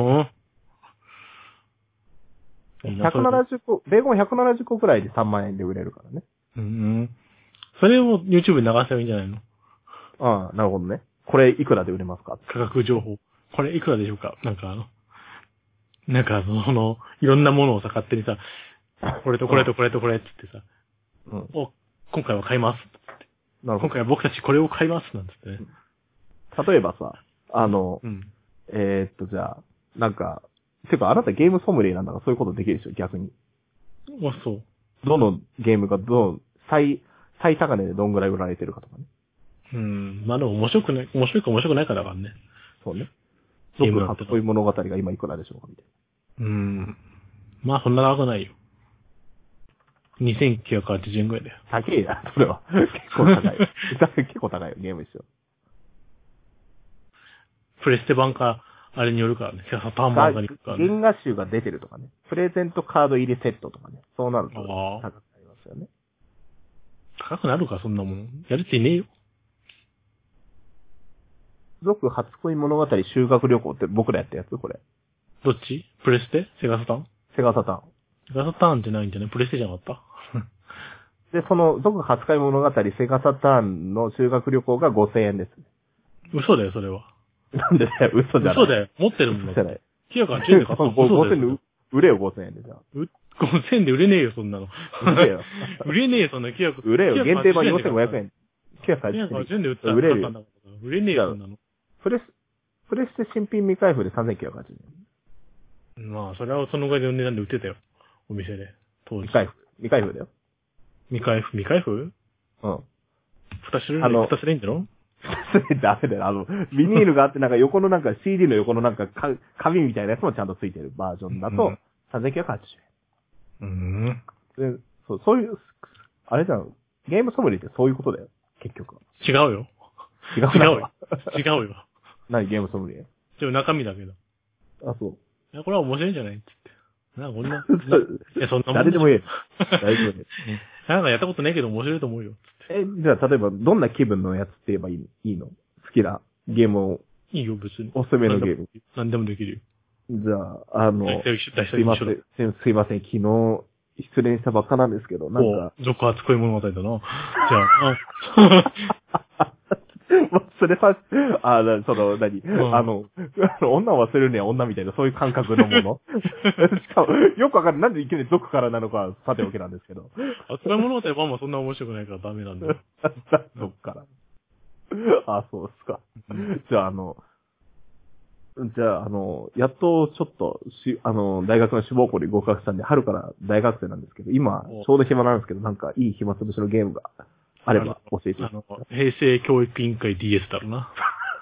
S2: ひゃくななじゅっこ、ベーゴマひゃくななじゅっこくらいでさんまんえんで売れるからね。
S1: うん。それを YouTube に流せばいいんじゃないの？
S2: ああ、なるほどね。これいくらで売れますか？
S1: 価格情報。これいくらでしょうか？なんかあの、なんかその、いろんなものをさ、勝手にさ、これとこれとこれとこれって言ってさ、うん、お、今回は買いますって。なるほど。今回は僕たちこれを買いますなんつってね。
S2: 例えばさ、あの、うん、えー、っと、じゃあ、なんか、てか、あなたゲームソムリエなんだからそういうことできるでしょ、逆に。
S1: あ、そう。
S2: どのゲームがどの、最、最高値でどんぐらい売られてるかとかね。
S1: うん。まあでも面白くない、面白いか面白くないかだからね。
S2: そうね。ゲーム初恋物語が今いくらでしょうかみたい
S1: な。うん。まあそんな高くないよ。にせんきゅうひゃくはちじゅうえんぐらいだよ。
S2: 高いな、それは。結構高い。結構高いよ、ゲーム一緒。
S1: プレステ版か、あれによるからね。サターン版がによるからね。
S2: 原画集が出てるとかね。プレゼントカード入りセットとかね。そうなると高くなりますよね。
S1: 高くなるか、そんなもん。やるっていねえよ。
S2: 続初恋物語修学旅行って僕らやったやつこれ。
S1: どっち？プレステ？セガサターン？
S2: セガサターン。
S1: セガサターンってないんじゃない？プレステじゃなかった
S2: で、その、続初恋物語セガサターンの修学旅行がごせんえんです。
S1: 嘘だよ、それは。
S2: なんでだよ、嘘じゃない。
S1: 嘘だよ、持ってるもんだ。
S2: 嘘じゃない。
S1: きゅうひゃくはちじゅうえんで買ったの。
S2: ごせんで売れよ、ごせんえんでじゃあ。
S1: ごせんで売れねえよ、そんなの。
S2: 売れよ。
S1: 売れねえよ、そんなきゅうひゃく。
S2: 売れよ、限定版よんせんごひゃくえん。
S1: きゅうひゃくはちじゅうえんで売ったら
S2: 売れるよ。
S1: 売れねえよ、そんなの。
S2: プレス、プレステ新品未開封でさんぜんきゅうひゃくはちじゅう
S1: えん。まあ、それはそのぐらいの値段で売ってたよ。お店で。
S2: 当時。未開封。未開封だよ。
S1: 未開封未開封
S2: うん。
S1: 蓋するあの、蓋するんだろ
S2: ダメだよ。あの、ビニールがあってなんか横のなんか シーディー の横のなんかか紙みたいなやつもちゃんとついてるバージョンだとさんぜんきゅうひゃくはちじゅうえん。うん。で、そう、そういう、あれじゃん。ゲームソムリエってそういうことだよ。結局は。
S1: 違うよ。
S2: 違う
S1: 違うよ。違うよ。
S2: 何ゲームソムリエ？
S1: でも中身だけど。
S2: あ、そう。
S1: いや、これは面白いんじゃないって言って。なんかこんな。いや、そんなもん。
S2: 誰でもいい。大丈夫です。
S1: なんかやったことないけど面白いと思うよ。
S2: え、じゃあ例えばどんな気分のやつって言えばいいいいの？好きなゲームを
S1: いいよ、別に。
S2: おすすめのゲーム。
S1: 何でもできるよ。
S2: じゃあ、あの、すいません、すいません、昨日、失恋したばっかなんですけど、なんか。
S1: 続発恋物語だな。じゃあ、
S2: それさ、あの、その、何、うん、あの、女を忘れるには女みたいな、そういう感覚のもの。しかも、よくわかんない。なんでいきなり族からなのか、さておきなんですけど。
S1: 発恋物語はまあまあそんな面白くないからダメなんだよ。
S2: 族から。あ、そうっすか。うん、じゃあ、あの、じゃあ、あの、やっとちょっと、し、あの、大学の志望校に合格したんで、春から大学生なんですけど、今、ちょうど暇なんですけど、なんかいい暇つぶしのゲームがあれば教えて。
S1: あの、平成教育委員会 ディーエス だろうな。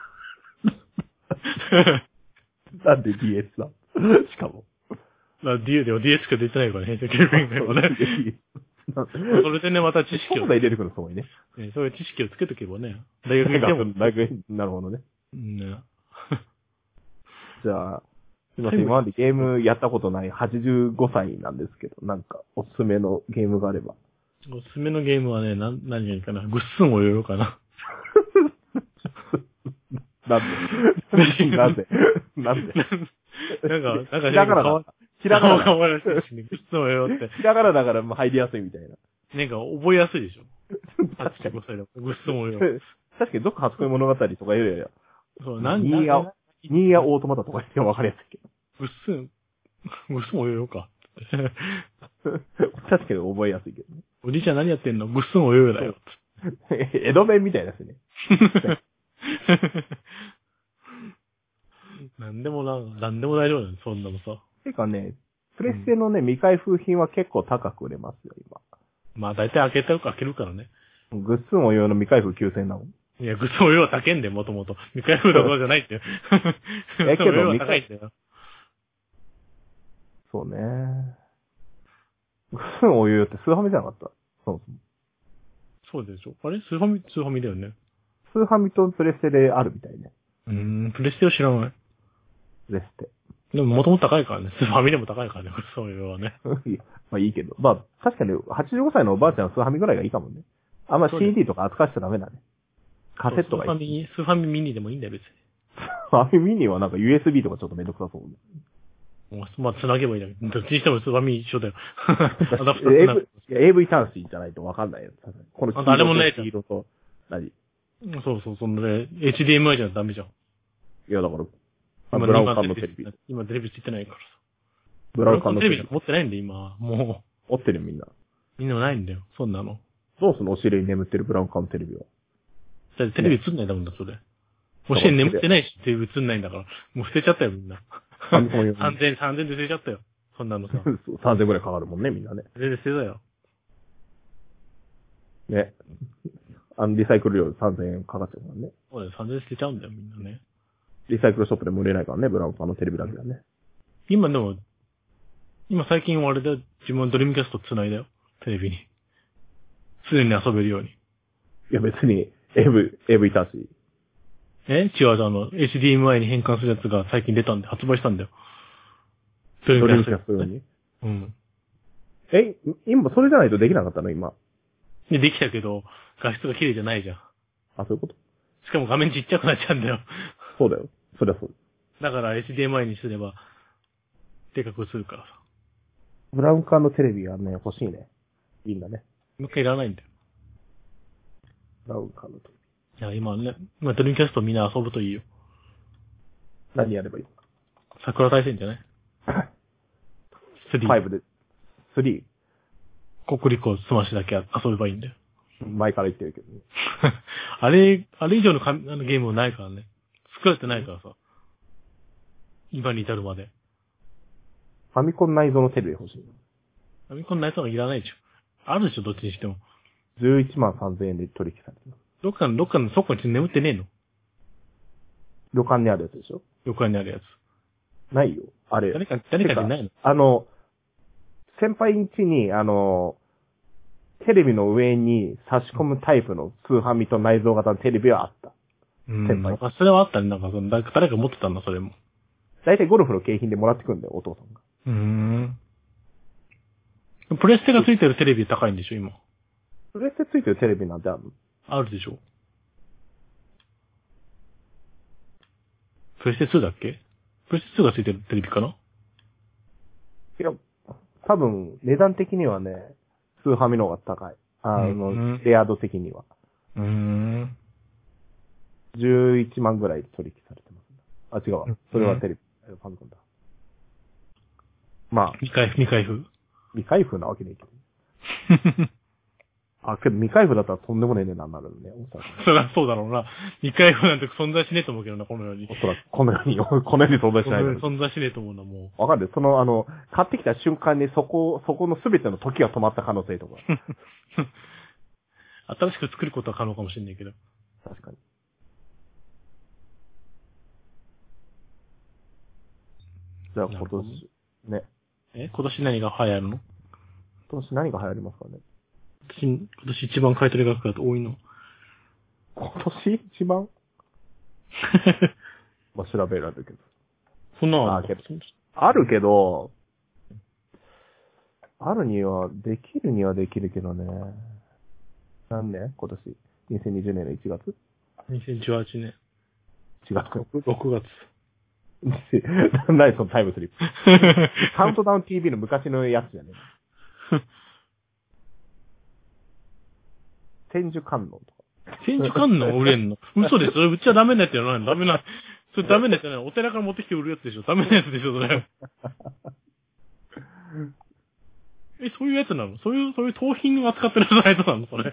S2: なんで ディーエス だしかも。
S1: まあ、D でも ディーエス しか出てないからね、平成教育委員会はね。それでね、また知識を。
S2: そうだ入れてくるそうにね。
S1: ね、そういう知識をつけとけばね。大学に行っても。
S2: 大学なるほどね。
S1: ね。
S2: じゃあ、すいません、今までゲームやったことないはちじゅうごさいなんですけど、なんかおすすめのゲームがあれば。
S1: おすすめのゲームはね、な、何がいいかな。ぐっすんおよよかな。
S2: なんでなんでなんで
S1: なんか、なんか、
S2: ひらがなだ。ひらがな。
S1: かわらしいしね。ぐっすんおよよって。
S2: ひらがなだからもう入りやすいみたいな。
S1: なんか覚えやすいでしょ。はちじゅうごさいだと。ぐっすんおよよ。
S2: 確かに、どっか初恋物語とか言うよりは。
S1: そう、なん
S2: ニーヤ、ニーヤオートマタとか言っても分かりやすいけど。
S1: ぐっすん、ぐっすんおよよか。
S2: 確かに覚えやすいけどね。
S1: おじいちゃん何やってんのぐっすんおよよだよ。
S2: 江戸弁みたいですね。
S1: なんでもな、なんでも大丈夫だよ、そんなのさ。
S2: てかね、プレステのね、未開封品は結構高く売れますよ、今。
S1: まあ大体開けてるか開けるからね。
S2: グッスンおよの未開封きゅうせんなの。
S1: いや、グッスンおよは高いんだよ、もともと。未開封どころじゃないってよ。
S2: え、けど、
S1: 高いんだよ。
S2: そうね。グッスンおよってスーファミじゃなかった。そうそう。
S1: そうでしょ。あれスーファミ、スーファミだよね。
S2: スーファミとプレステであるみたいね。
S1: うーん、プレステを知らない。
S2: プレステ。
S1: でももともと高いからね。スーファミでも高いからね、そういうのはね。
S2: まあいいけど。まあ、確かにはちじゅうごさいのおばあちゃんはスーファミぐらいがいいかもね。あんま シーディー とか扱っちゃダメだね。カセットがいい。
S1: スーファミ、スーファミミニでもいいんだよ、別に。
S2: スーファミミニはなんか ユーエスビー とかちょっとめんどくさそうね。 ま
S1: あ、繋げばいいだけど。どっちにしてもスーファミ一緒だよ。
S2: アダプター エーブイ、エーブイ 端子じゃないとわかんないよ。この黄色と黄色と、何
S1: そうそう、そのね、エイチディーエムアイ じゃダメじゃん。
S2: いや、だから、
S1: 今
S2: ブラウン管のテレビ。
S1: 今テレビついてないからさ。
S2: ブラウン管の
S1: テレビ持ってないんだよ、今。も
S2: う。持ってるみんな。
S1: みんなないんだよ、そんなの。
S2: どうすんのお尻に眠ってるブラウン管のテレビは。
S1: だってテレビ映んないんだもんだ、それ。お尻に眠ってないし、テレビ映んないんだから。もう捨てちゃったよ、みんな。さんぜん、さんぜんで捨てちゃったよ。そんなのさ。
S2: さんぜんぐらいかかるもんね、みんなね。
S1: 全然捨てたよ。
S2: ね。あの、リサイクル料さんぜんえんかかっちゃうからね。
S1: そうだよ、さんぜん捨てちゃうんだよ、みんなね。
S2: リサイクルショップでも売れないからね、ブラウン管のテレビだけだね。
S1: 今でも、今最近はあれだよ、自分ドリームキャスト繋いだよ、テレビに。常に遊べるように。い
S2: や別に、エーブイ、エーブイ 端子。
S1: え違う、あの、エイチディーエムアイ に変換するやつが最近出たんで、発売したんだよ。
S2: ドリームキャスト用に。
S1: うん。
S2: え、今、それじゃないとできなかったの今。
S1: で、できたけど、画質が綺麗じゃないじゃん。
S2: あ、そういうこと？
S1: しかも画面ちっちゃくなっちゃうんだよ。
S2: そうだよ。そりゃそう。
S1: だから エイチディーエムアイ にすれば、でかくするからさ。
S2: ブラウン管のテレビはね、欲しいね。いいんだね。
S1: もう一回いらないんだよ。
S2: ブラウン管のテレ
S1: ビ。いや、今ね、今ドリームキャストみんな遊ぶといいよ。
S2: 何やればいいの？
S1: 桜大戦じゃないスリー。
S2: ファイブで。スリー。
S1: コクリコスマッシュだけ遊べばいいんだよ。
S2: 前から言ってるけどね。
S1: あれ、あれ以上のかあのゲームもないからね。作られてないからさ。今に至るまで。
S2: ファミコン内蔵のテレビ欲しい。
S1: ファミコン内蔵がいらないでしょ。あるでしょ、どっちにしても。
S2: じゅういちまんさんぜんえんで取引されてる。
S1: どっかの、どっかの倉庫に眠ってねえの？
S2: 旅館にあるやつでしょ？
S1: 旅館にあるやつ。
S2: ないよ。あれ。
S1: 誰か、誰かじゃないの？
S2: あの、先輩ん家に、あの、テレビの上に差し込むタイプのスーファミと内蔵型のテレビはあった。
S1: うん。先輩。あ、それはあったね。なんか、その誰か持ってたんだ、それも。
S2: だいたいゴルフの景品でもらってくるんだよ、お父さんが。
S1: うーん。プレステがついてるテレビ高いんでしょ、今。
S2: プレステついてるテレビなんてあるの？
S1: あるでしょ。 プレステツーだっけ？プレステツーがついてるテレビかな？
S2: いや、多分、値段的にはね、スーファミの方が高い。あの、うん、レア度的には。
S1: うーん。
S2: じゅういちまんぐらい取引されてます。あ、違うわ。それはテレビ、ファミコンだ。まあ。
S1: 未開封、未開封。
S2: 未開封なわけねえけど。あ、けど未開封だったらとんでもねえ値段になるんで、おそらく。
S1: そりゃそうだろうな。未開封なんて存在しねえと思うけどな、このように。
S2: おそらく、このように、このように存在しないから。
S1: 存在しねえと思うな、も
S2: う。わかる。その、あの、買ってきた瞬間にそこ、そこのすべての時が止まった可能性とか。
S1: 新しく作ることは可能かもしれないけど。
S2: 確かに。じゃあ今年、ね。
S1: え、今年何が流行るの？
S2: 今年何が流行りますかね？
S1: 今年一番買い取り額が多いの？
S2: 今年一番まあ調べられるけど。
S1: そんなの
S2: あるけど。あるけど、あるには、できるにはできるけどね。何年？今年。にせんにじゅうねんのいちがつ？
S1: にせんじゅうはちねん。
S2: 違う。
S1: ろくがつ。
S2: 何そのタイムスリップ。カウントダウン ティービー の昔のやつじゃねえ。千手観音とか。
S1: 千手観音売れんの？嘘で、それ売っちゃダメなやつじゃないの？ダメな、それダメなやつじゃないの？お寺から持ってきて売るやつでしょ？ダメなやつでしょ、それ。え、そういうやつなの？そういう、そういう盗品を扱ってるサイトなのそれ。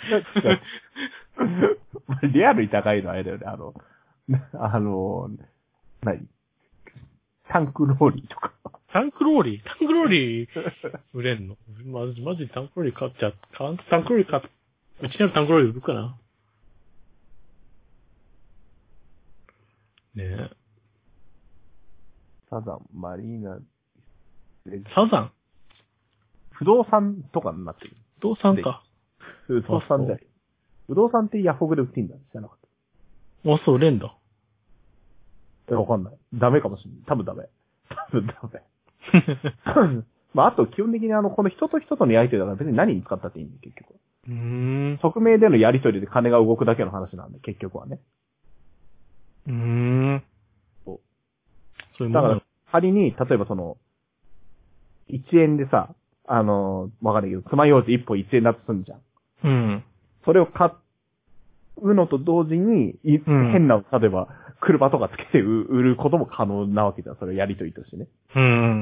S2: リアルに高いのあれだよね、あの、あの、何タンクローリーとか。
S1: タンクローリータンクローリー売れんの？まじ、まじタンクローリー買っちゃ、タンクローリー買っ、うちにあるタンクローリー売るかな？ねえ。
S2: サザン、マリーナ、
S1: サザン？
S2: 不動産とかになってる。
S1: 不動産か。
S2: 不動産じゃない。不動産ってヤフオクで売っていいんだ。知らなかった。
S1: あ、そう、売れんだ。
S2: え、わかんない。ダメかもしれない。多分ダメ。多分ダメ。まあ、あと基本的にあの、この人と人とのやりとりだから別に何に使ったっていいんだ、結局。
S1: うーん。
S2: 匿名でのやりとりで金が動くだけの話なんで、結局はね。
S1: うーん。
S2: そう。
S1: そういう
S2: ものだから、仮に、例えばその、いちえんでさ、あの、わかんないけど、爪楊枝いっぽんいちえんだとすんじゃん。
S1: うん。
S2: それを買うのと同時に、いうん、変な、例えば、車とかつけて売ることも可能なわけじゃん。それをやりとりとしてね。
S1: うん。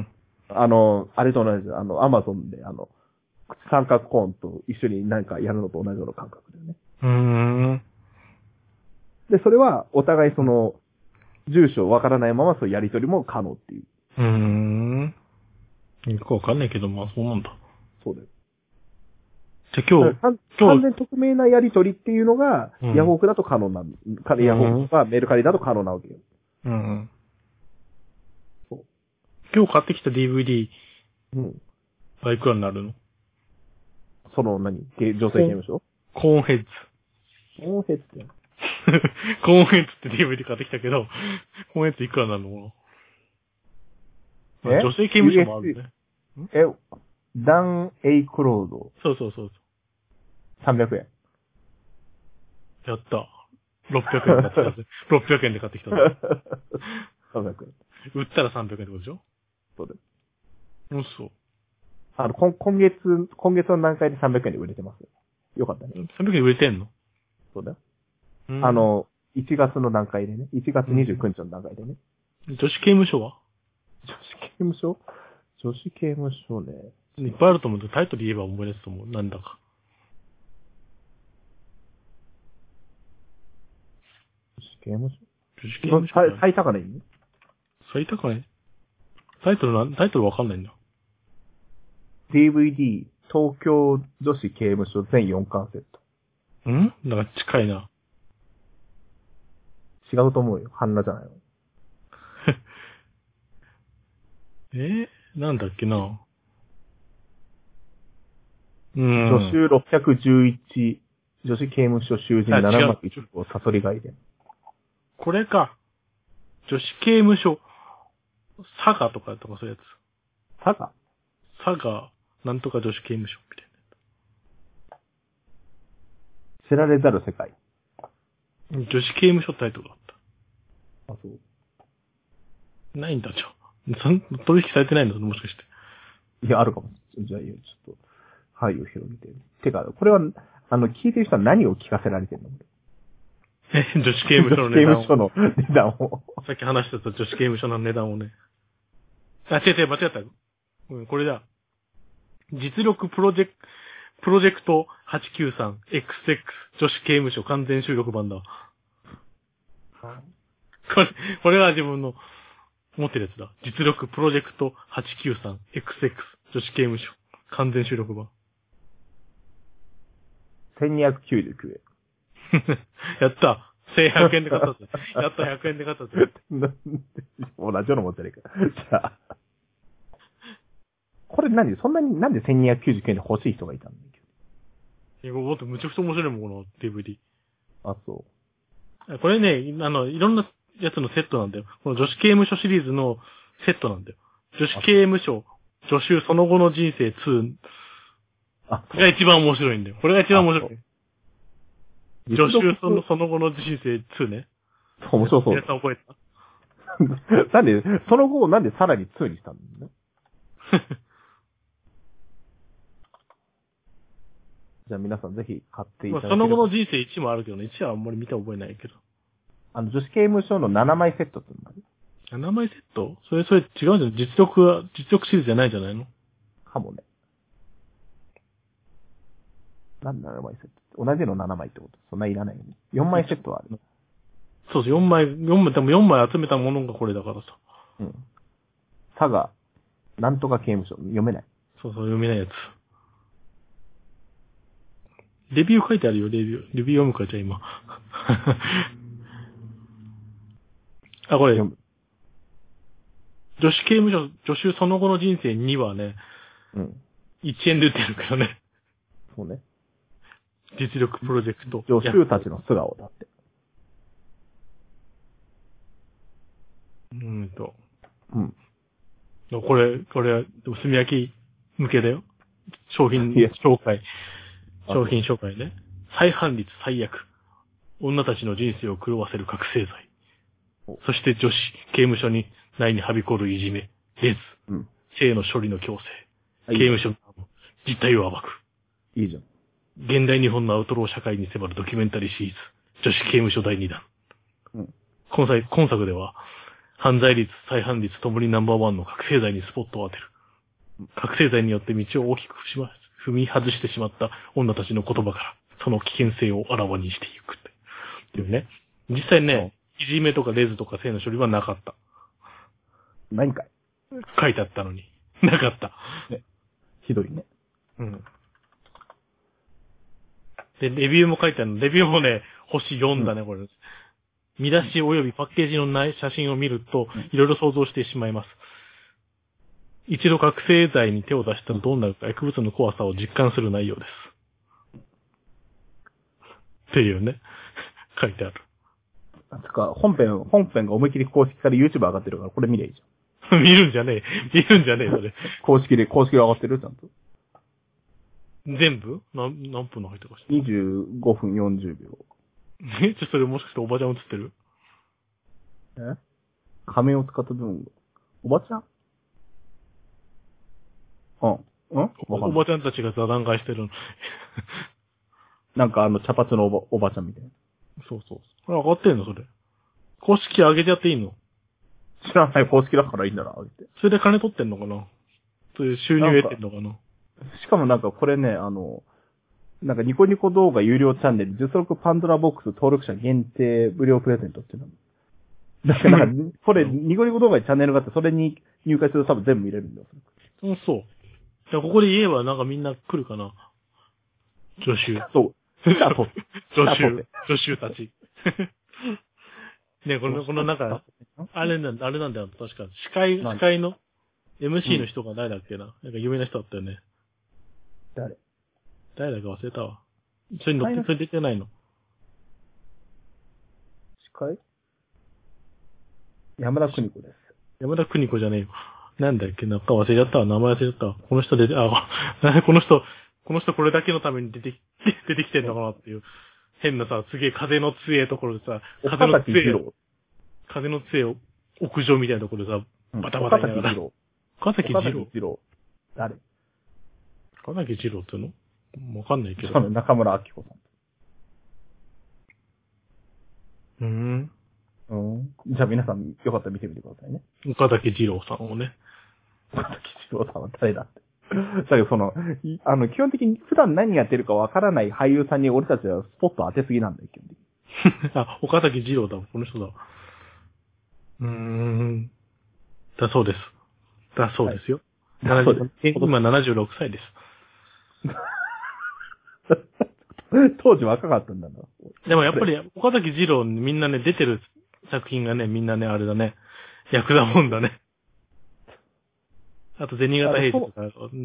S2: あの、あれと同じあの、アマゾンで、あの、三角コーンと一緒に何かやるのと同じような感覚だよね。
S1: うーん。
S2: で、それは、お互いその、住所わからないままそういうやりとりも可能っていう。
S1: うーん。よくわかんないけど、まあそうなんだ。
S2: そうだよ。
S1: じゃあ今日、
S2: 今日完全匿名なやりとりっていうのが、うん、ヤフオクだと可能な、ヤフオクかメルカリだと可能なわけよ。
S1: うん。そう。今日買ってきた ディーブイディー、
S2: うん。
S1: はいくらになるの？
S2: その何、女性刑務所？
S1: コーンヘッズ。
S2: コーンヘッズって
S1: コーンヘッズって ディーブイディー 買ってきたけど、コーンヘッズいくらになるのかな？女性刑務所もあるね。
S2: え、ダン・エイ・クロード。
S1: そうそうそう。
S2: さんびゃくえん。
S1: やった。ろっぴゃくえんで買ってきた。ろっぴゃくえんで買ってきた。
S2: さんびゃくえん。
S1: 売ったらさんびゃくえんってことでしょ？
S2: そうです。
S1: うん、そう。
S2: あの、今、今月、今月の段階でさんびゃくえんで売れてます。よかったね。
S1: さんびゃくえんで売れてんの？
S2: そうだよ。あの、いちがつの段階でね。いちがつにじゅうくにちの段階でね。
S1: うん、女子刑務所は？
S2: 女子刑務所？女子刑務所ね。
S1: いっぱいあると思うけど、タイトル言えば思い出すと思う。なんだか。
S2: 女子刑務所？
S1: 女子刑務所
S2: 最高値に？
S1: 最高値？タイトルなん、タイトルわかんないんだ。
S2: ディーブイディー、東京女子刑務所全よんかんセット。
S1: ん？なんか近いな。
S2: 違うと思うよ。ハンナじゃないの。
S1: えー、なんだっけな。うん。
S2: 女囚ろっぴゃくじゅういち、女子刑務所囚人ななまんいちこサソリ外伝。
S1: これか。女子刑務所、佐賀とかとかそういうやつ。
S2: 佐賀？
S1: 佐賀、なんとか女子刑務所みたいな。
S2: 知られざる世界。
S1: 女子刑務所タイトルだった。
S2: あ、そう。
S1: ないんだ、ちょ。そん取引されてないのもしかして。
S2: いや、あるかも。じゃあ、いいよ、ちょっと、範囲を広げて。てか、これは、あの、聞いてる人は何を聞かせられてるの？
S1: え、女子刑務所の値段を。
S2: 女子刑務所の値段を。
S1: さっき話してた女子刑務所の値段をね。あ、違う違う、間違った。うん、これだ。実力プロジェクト、プロジェクト はちきゅうさんエックスエックス 女子刑務所完全収録版だ。これ、これが自分の持ってるやつだ。実力プロジェクト はちきゅうさんエックスエックス 女子刑務所完全収録版。
S2: せんにひゃくきゅうじゅうきゅうえん。
S1: やった。せんひゃくえんで買ったぜ。やったひゃくえんで買ったぜ。
S2: 同じようなもんじゃねえか。じゃあ。これ何そんなに、なんでせんにひゃくきゅうじゅうきゅうえんで欲しい人がいたんだっけ？
S1: いや、もっとむちゃくちゃ面白いもん、この ディーブイディー。
S2: あ、そう。
S1: これね、あの、いろんなやつのセットなんだよ。この女子刑務所シリーズのセットなんだよ。女子刑務所、助手その後の人生に
S2: あ、
S1: が一番面白いんだよ。これが一番面白い。助手そのその後の人生にね。
S2: 面白そう。
S1: 皆さん覚え
S2: たなんで、その後をなんでさらにににしたんだよね。じゃあ皆さんぜひ買っていただければ。
S1: その後の人生いちもあるけどね。いちはあんまり見た覚えないけど。
S2: あの、女子刑務所のななまいセットってのある？
S1: ななまいセットそれ、それ違うんじゃない？実力は、実力シリーズじゃないんじゃないの？
S2: かもね。なんでななまいセット？同じのななまいってこと？そんないらないよね。よんまいセットはある。
S1: そうそう、よんまい、よんまい、でもよんまい集めたものがこれだからさ。
S2: うん。佐賀、なんとか刑務所、読めない。
S1: そうそう、読めないやつ。レビュー書いてあるよ、レビュー。レビュー読むか、じゃあ今。あ、これ、女子刑務所、助手その後の人生にはね、
S2: うん。
S1: いちえんで売ってるからね。
S2: そうね。
S1: 実力プロジェクト。
S2: 助手たちの素顔だって。
S1: うんと。
S2: うん。
S1: これ、これ、でも炭焼き向けだよ。商品紹介。商品紹介ね。再犯率最悪。女たちの人生を狂わせる覚醒剤。そして女子、刑務所に内にはびこるいじめ、レズ、うん、性の処理の強制、刑務所の実態を暴く。
S2: いいじゃん。
S1: 現代日本のアウトロー社会に迫るドキュメンタリーシリーズ、女子刑務所だいにだん。うん、今作、今作では、犯罪率、再犯率ともにナンバーワンの覚醒剤にスポットを当てる。覚醒剤によって道を大きくしま、踏み外してしまった女たちの言葉から、その危険性をあらわにしていくって。っていうね。実際ね、いじめとかレズとか性の処理はなかった。
S2: 何かい
S1: 書いてあったのに。なかった。
S2: ね。ひどいね。
S1: うん。で、レビューも書いてあるの。レビューもね、星よんだね、うん、これ。見出し及びパッケージのない写真を見ると、いろいろ想像してしまいます。一度覚醒剤に手を出したらどうなるか、薬物の怖さを実感する内容です。っていうね。書いてある。
S2: つか、本編、本編が思いっきり公式から YouTube 上がってるから、これ見りゃいいじ
S1: ゃん。見るんじゃねえ。見るんじゃねえ、それ。
S2: 公式で、公式で上がってるちゃんと。
S1: 全部何、何分の入ってました ?
S2: にじゅうごふんよんじゅうびょう。
S1: えちょ、それもしかしておばちゃん映ってる？
S2: え仮面を使った部分。おばちゃんうん。うん
S1: おばちゃんたちが座談会してるの。
S2: なんかあの、茶髪のおば、おばちゃんみたいな。
S1: そうそう。これ上がってんのそれ。公式上げてやっていいの？
S2: 知らない公式だからいいんだな、上げて。
S1: それで金取ってんのかな？そういう収入得てんのかな？
S2: しかもなんかこれね、あの、なんかニコニコ動画有料チャンネル、実力パンドラボックス登録者限定無料プレゼントっていうの。だからなんか、これニコニコ動画にチャンネルがあって、それに入会すると多分全部見れるんだよ。
S1: うん、そう。じゃあここで言えばなんかみんな来るかな？助手。
S2: そう。
S1: 助手。助手たち。ねこの、このなんか、あれなんだ、あれなんだよ。確か、司会、司会の エムシー の人が誰だっけな、うん、なんか有名な人だったよね。
S2: 誰
S1: 誰だか忘れたわ。それに乗って、それ出てないの。
S2: 司会山田邦子です。
S1: 山田邦子じゃねえよ。なんだっけなんか忘れちゃったわ。名前忘れちゃったわ。この人出て、あ、この人、この人これだけのために出てき、出てきてんのかなっていう。変なさ、すげえ風の強いところでさ、風の強い、風の強い屋上みたいなところでさ、バタバタ言いながら。岡崎二郎。岡崎
S2: 二郎。誰？
S1: 岡崎二郎っていうのわかんないけど。
S2: 中村明子さ
S1: ん。うーん。
S2: うん。じゃあ皆さんよかったら見てみてくださいね。
S1: 岡崎二郎さんをね。
S2: 岡崎二郎さんは誰だって。だけどその、あの、基本的に普段何やってるかわからない俳優さんに俺たちはスポット当てすぎなんだよ、基本的
S1: に。あ、岡崎二郎だ、この人だ。うーん。だそうです。だそうですよ。はい、ななじゅう今ななじゅうろくさいです。
S2: 当時若かったんだな。
S1: でもやっぱり岡崎二郎みんなね、出てる作品がね、みんなね、あれだね。役だもんだね。あと、銭形平次とか、うん、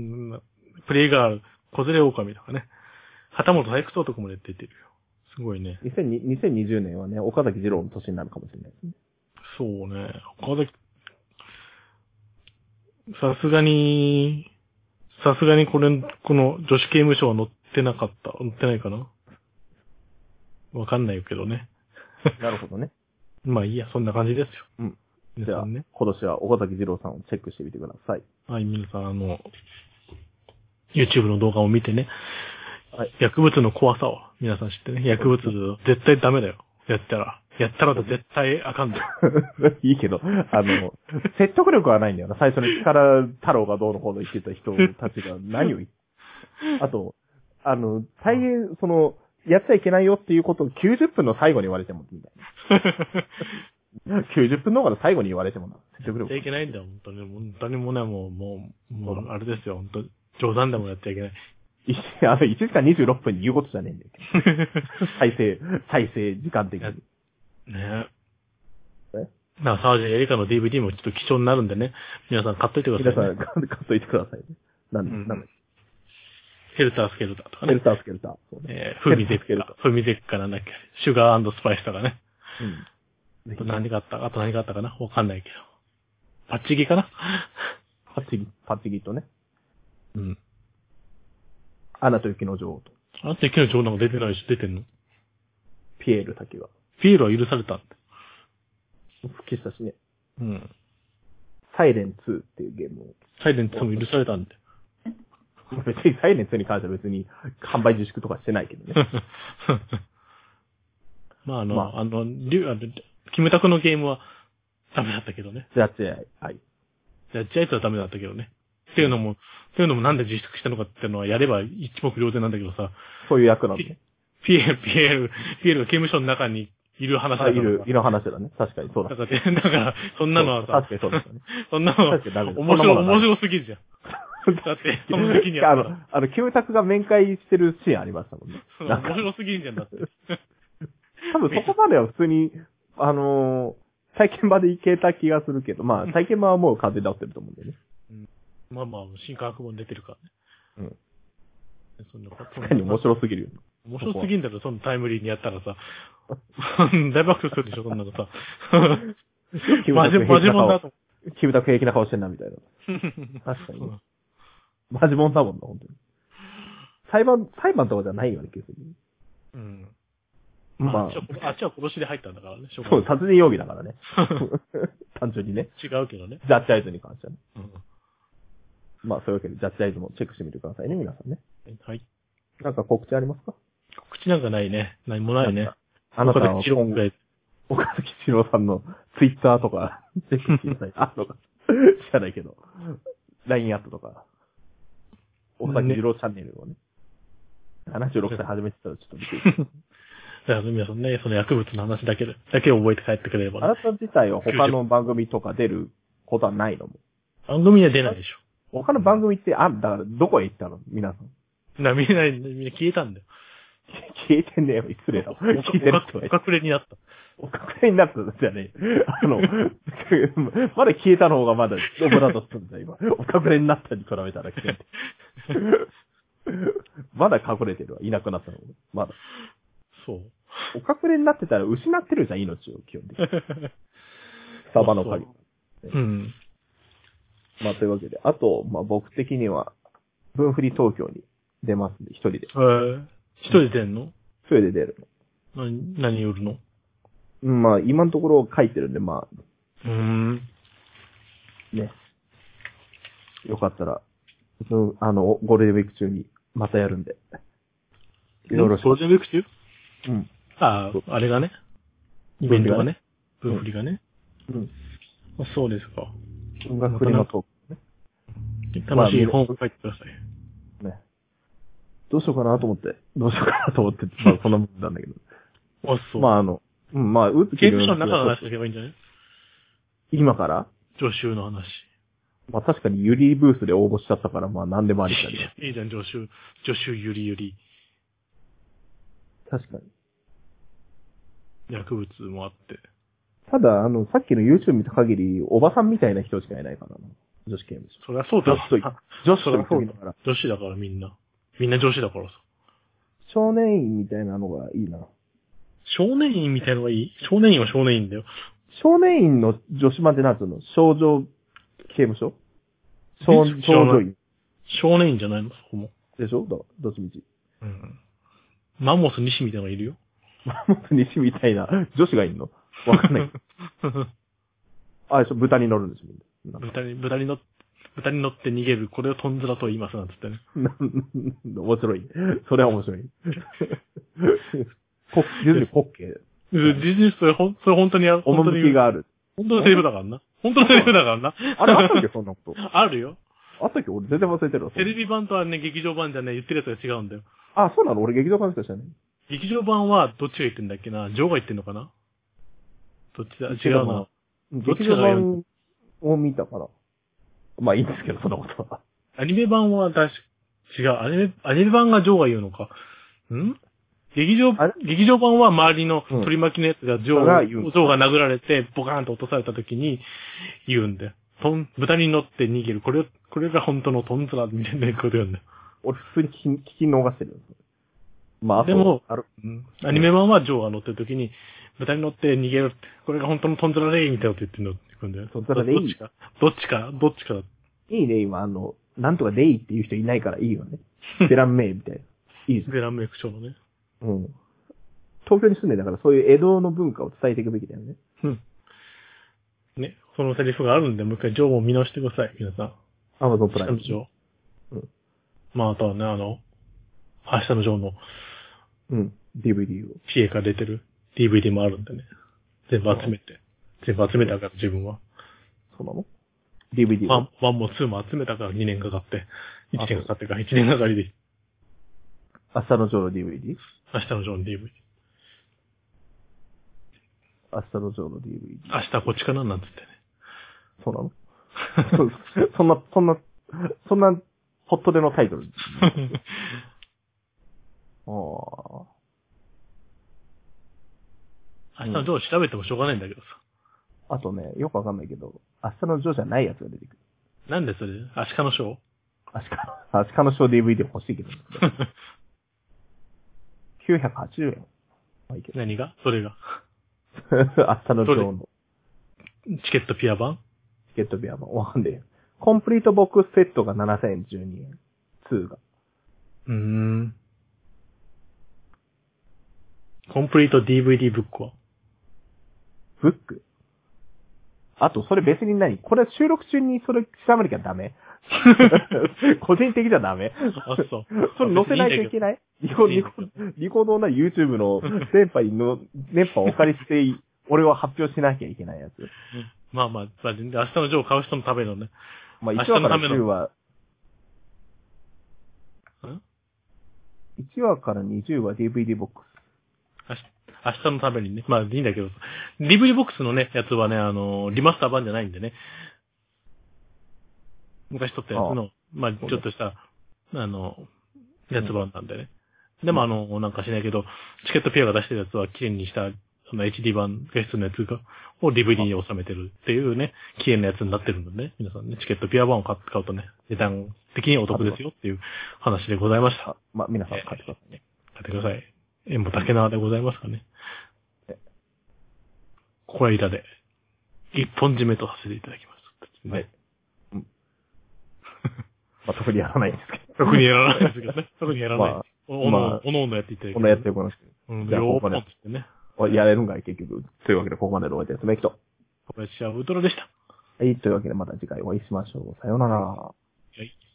S1: プレイガール、小連れ狼とかね。旗本体育党とかも出てるよ。すごいね。
S2: にせんにじゅうねんはね、岡崎二郎の年になるかもしれないですね。
S1: そうね。岡崎、さすがに、さすがにこれ、この女子刑務所は載ってなかった。載ってないかなわかんないけどね。
S2: なるほどね。
S1: まあいいや、そんな感じですよ。
S2: うん。じゃあ、ね、今年は岡崎二郎さんをチェックしてみてください。
S1: はい、皆さん、あの、YouTube の動画を見てね、はい、薬物の怖さを皆さん知ってね、薬物絶対ダメだよ。やったら。やったら絶対あかんだよ。
S2: いいけど、あの、説得力はないんだよな。最初に力太郎がどうのこうの言ってた人たちが何を言って。あと、あの、大変、その、やっちゃいけないよっていうことをきゅうじゅっぷんの最後に言われても、みたいな。きゅうじゅっぷん動画の最後に言われてもな。
S1: 説得力。やっちゃいけないんだよ、本当に。本当にもうね、もう、もう、もう、あれですよ、本当冗談でもやっちゃいけない。
S2: あの、いちじかんにじゅうろっぷんに言うことじゃねえんだよ。再生、再生時間的に。
S1: ねえ。えなあ、サージェエリカの ディーブイディー もちょっと貴重になるんでね。皆さん買っといてください、ね。
S2: 皆さん買っといてくださいね。なんで、うん、なんで。
S1: ヘルタースケルターとかね。
S2: ヘルタースケルター。そうね、
S1: えー、フミゼッカ。フミゼッカなんだっけ。シュガー&スパイスとかね。うん。あと何があったあと何があったかなわかんないけど。パッチギかな
S2: パッチギ、パッチギとね。
S1: うん。
S2: アナと雪の女王と。
S1: アナと雪の女王なんか出てないし、出てんの
S2: ピエールだけは。
S1: ピエールは許されたんだ。
S2: 復帰したしね。
S1: うん。
S2: サイレンツーっていうゲームを。
S1: サイレンツーも許されたんで。
S2: 別にサイレンツーに関しては別に販売自粛とかしてないけどね。
S1: まああの、まあ、あの、リュウ、あの、キムタクのゲームはダメだったけどね。
S2: ジャッジアイ。はい。
S1: ジャッジアイはダメだったけどね。っていうのも、っていうのもなんで自粛したのかっていうのはやれば一目瞭然なんだけどさ。
S2: そういう役なんで。
S1: ピエール、ピエール、ピエールが刑務所の中にいる話だから。
S2: いる、いる話だね。確かにそうだ。
S1: だから、だから、そんなのはさ。
S2: 確かにそうですよね。
S1: そんなのは、面白、面白すぎるじゃん。だって、その時に
S2: は。あの、あの、キムタクが面会してるシーンありましたもんね。
S1: 面白すぎるじゃん、だって。
S2: 多分そこまでは普通に、あのー、体験場で行けた気がするけど、まあ、体験場はもう完全になってると思うんでね。
S1: うん、まあまあ、新科学本出てるからね。うん。
S2: そんな確かに面白すぎるよ。
S1: 面白すぎるんだろ、そのタイムリーにやったらさ。大爆笑するでしょ、そんなのさ。マジ、マジモンだと。
S2: キムタク平気な顔してんな、みたいな。確かに、ね。マジモンだもんな、本当に。裁判、裁判とかじゃないよね、結局。
S1: うん。まあ、あっちは、あっちは殺しで入ったんだからね、
S2: そう、殺人容疑だからね。単純にね。
S1: 違うけどね。
S2: ジャッジアイズに関してはね。うん。まあ、そういうわけで、ジャッジアイズもチェックしてみてくださいね、皆さんね。
S1: はい。
S2: なんか告知ありますか？
S1: 告知なんかないね。何もないね。
S2: あなたは今後、岡崎一郎さんのツイッターとか、チェックしてください。あ、とか、知らないけど。ライン アットとか。岡崎一郎チャンネルをね。ななじゅうろくさい始めてたらちょっと見ていい
S1: だから皆さんね、その薬物の話だけで、だけ覚えて帰ってくれれば、ね。
S2: あなた自体は他の番組とか出ることはないのも。
S1: 番組には出ないでしょ。
S2: 他の番組って、あ、だからどこへ行ったの皆さん。
S1: な、みんな、みんな消えたんだよ。
S2: 消えてんねえよ、失礼だ。聞いてる人
S1: は。お隠れになった。
S2: お隠れになったんじゃねえ。あの、まだ消えたの方がまだ、オブラートするんだよ、今。お隠れになったに比べたら消えて。まだ隠れてるわ、いなくなったの。まだ。
S1: そう。
S2: お隠れになってたら失ってるじゃん、命を、基本的に。サバの鍵。
S1: うん。
S2: まあ、というわけで。あと、まあ、僕的には、分振り東京に出ますんで、一人で。へ
S1: ぇ一人で出んの？
S2: 一人で出る
S1: の。何、何売るの？
S2: まあ、今のところ書いてるんで、まあ、
S1: うーん。
S2: ね。よかったら、うん、あの、ゴールデンウィーク中にまたやるんで。よろしく。
S1: ゴールデンウィーク中
S2: うん。
S1: ああ、あれがね。イベントがね。分振りがね。
S2: うん。
S1: あ、そうですか。
S2: 音楽振りのトークね。
S1: 楽しい本を書いてください。
S2: ね。どうしようかなと思って。どうしようかなと思って、まあそんなもんなんだけど。
S1: あ、そう。
S2: まああの、うん、まあ、打つ
S1: 刑務所の中の話しとけばいいんじゃない？
S2: 今から
S1: 助手の話。
S2: まあ確かにユリーブースで応募しちゃったから、まあ何でもありだね。
S1: いいじゃん、助手。助手ゆりゆり。
S2: 確かに。
S1: 薬物もあって。
S2: ただ、あの、さっきの YouTube 見た限り、おばさんみたいな人しかいないからな。女子刑務所。
S1: そりゃそうだ
S2: 女子と言女子と言っときながら。
S1: 女子だからみんな。みんな女子だからさ。
S2: 少年院みたいなのがいいな。
S1: 少年院みたいなのがいい？少年院は少年院だよ。
S2: 少年院の女子版ってなんつうの？少女刑務所少少女院。
S1: 少年院じゃないのそこも。
S2: でしょど、どっちみち。
S1: うん。マンモス西みたいなのがいるよ。
S2: マンモス西みたいな女子がいんのわかんない。あれでしょ豚に乗るんですよ。
S1: 豚に、豚に乗って、豚に乗って逃げる。これをトンズラと言いますなんつってね。
S2: 面白い。それは面白い。コッケ、ディズニーコッケ。
S1: ディズニーそれほん、それ本当にある。
S2: 趣がある。
S1: 本当のセリフだからな。本当のセリフだからな。
S2: あれあったっけそんなこと。
S1: あるよ。
S2: あったっけ俺全然忘れてるわ。
S1: テレビ版とはね、劇場版じゃね、言ってるやつが違うんだよ。
S2: あ、そうなの俺劇場版しかしたね。
S1: 劇場版はどっちが言ってんだっけな？ジョーが言ってんのかな？どっちだ？違うな。
S2: 劇場版を見たから。まあいいんですけど、そんなことは。
S1: アニメ版は確か、違う。アニメ、アニメ版がジョーが言うのか。ん劇場、劇場版は周りの取り巻きのやつがジョーが、ジョーが殴られて、ボカーンと落とされた時に言うんだよ。トン、豚に乗って逃げる。これ、これが本当のトンズラみたいなこと言うんだよ。
S2: 俺普通に聞き、聞き逃してる。まあ、
S1: でも、
S2: ある、
S1: うん、アニメ版はジョーが乗ってる時に、豚に乗って逃げるって、これが本当のトンズラレイみたいなこと言ってるのって言うんだよ。
S2: トンズラレイ
S1: どっちか、どっちか、どっちかだ。
S2: いいね、今、あの、なんとかレイっていう人いないからいいよね。ベランメイみたいな。いいです。
S1: ベランメイ区長のね。
S2: うん。東京に住んでんだからそういう江戸の文化を伝えていくべきだよね。
S1: うん。ね、そのセリフがあるんで、もう一回ジョーも見直してください、皆さん。
S2: アマゾンプライム。
S1: 明日のジョー。うん。まあ、あとはね、あの、明日のジョーの、
S2: うん、ディーブイディー を。
S1: ピエから出てる ディーブイディー もあるんでね。全部集めて。全部集めたから、自分は。
S2: そうなの ?ディーブイディー
S1: ワン、ワンもツーも集めたからにねんかかって。いちねんかかってからいちねんがかりで。
S2: 明日のジョーの ディーブイディー?
S1: 明日のジョーの ディーブイディー。
S2: 明日のジョーの ディーブイディー。
S1: 明日こっちかななんつってね。
S2: そうなのそ, そんな、そんな、そんな、ホットでのタイトル。ああ。
S1: 明日のジョー調べてもしょうがないんだけどさ。
S2: あとね、よくわかんないけど、明日のジョーじゃないやつが出てくる。
S1: なんでそれアシカのショー
S2: アシカ、アシカのショー ディーブイディー 欲しいけど。きゅうひゃくはちじゅうえん。まあいいけど。
S1: 何がそれが。
S2: 明日のジョーの。
S1: チケットピア版
S2: チケットピア版。わかんねえよ。コンプリートボックスセットがななせんじゅうにえん。にが。
S1: うーん。コンプリート ディーブイディー ブックは
S2: ブックあと、それ別に何これ収録中にそれ調べなきゃダメ個人的じゃダメ
S1: あ、そう。
S2: それ載せないといけないリコ、リコ、リコードな YouTube の電波にの、電波をお借りして、俺は発表しなきゃいけないやつ。
S1: まあまあ、まあ、全然明日のジョーを買う人のためのね。
S2: まあいちわからじゅうわ。
S1: ん ?
S2: いち 話からにじゅうわ ディーブイディー ボックス。
S1: 明日のためにね。まあいいんだけど。ディーブイディー ボックスのね、やつはね、あの、リマスター版じゃないんでね。昔撮ったやつの、ああまあちょっとした、あの、やつ版なんでね。うん、でもあの、なんかしないけど、チケットピアが出してるやつは綺麗にした、その エイチディー 版、画質のやつが、を ディーブイディー に収めてるっていうね、綺麗なやつになってるのでね。皆さんね、チケットピア版を買うとね、値段的にお得ですよっていう話でございました。
S2: まあ皆さん買ってくださいね。
S1: 買ってください。縁も竹縄でございますかね。ここはいらで、一本締めとさせていただきます。
S2: はい。うん。まあ、特にやらないんですけど。
S1: 特にやらないですけどね。特にやらない。まあ、おの、おのおのやっていただきます。
S2: おのやっていこなくて。
S1: うん、じゃあ、ここまで。ね。
S2: やれるんかい、結局。というわけで、ここまでのお相手です。メキと。
S1: 小林はウトロでした。
S2: はい、というわけでまた次回お会いしましょう。さようなら。
S1: はい。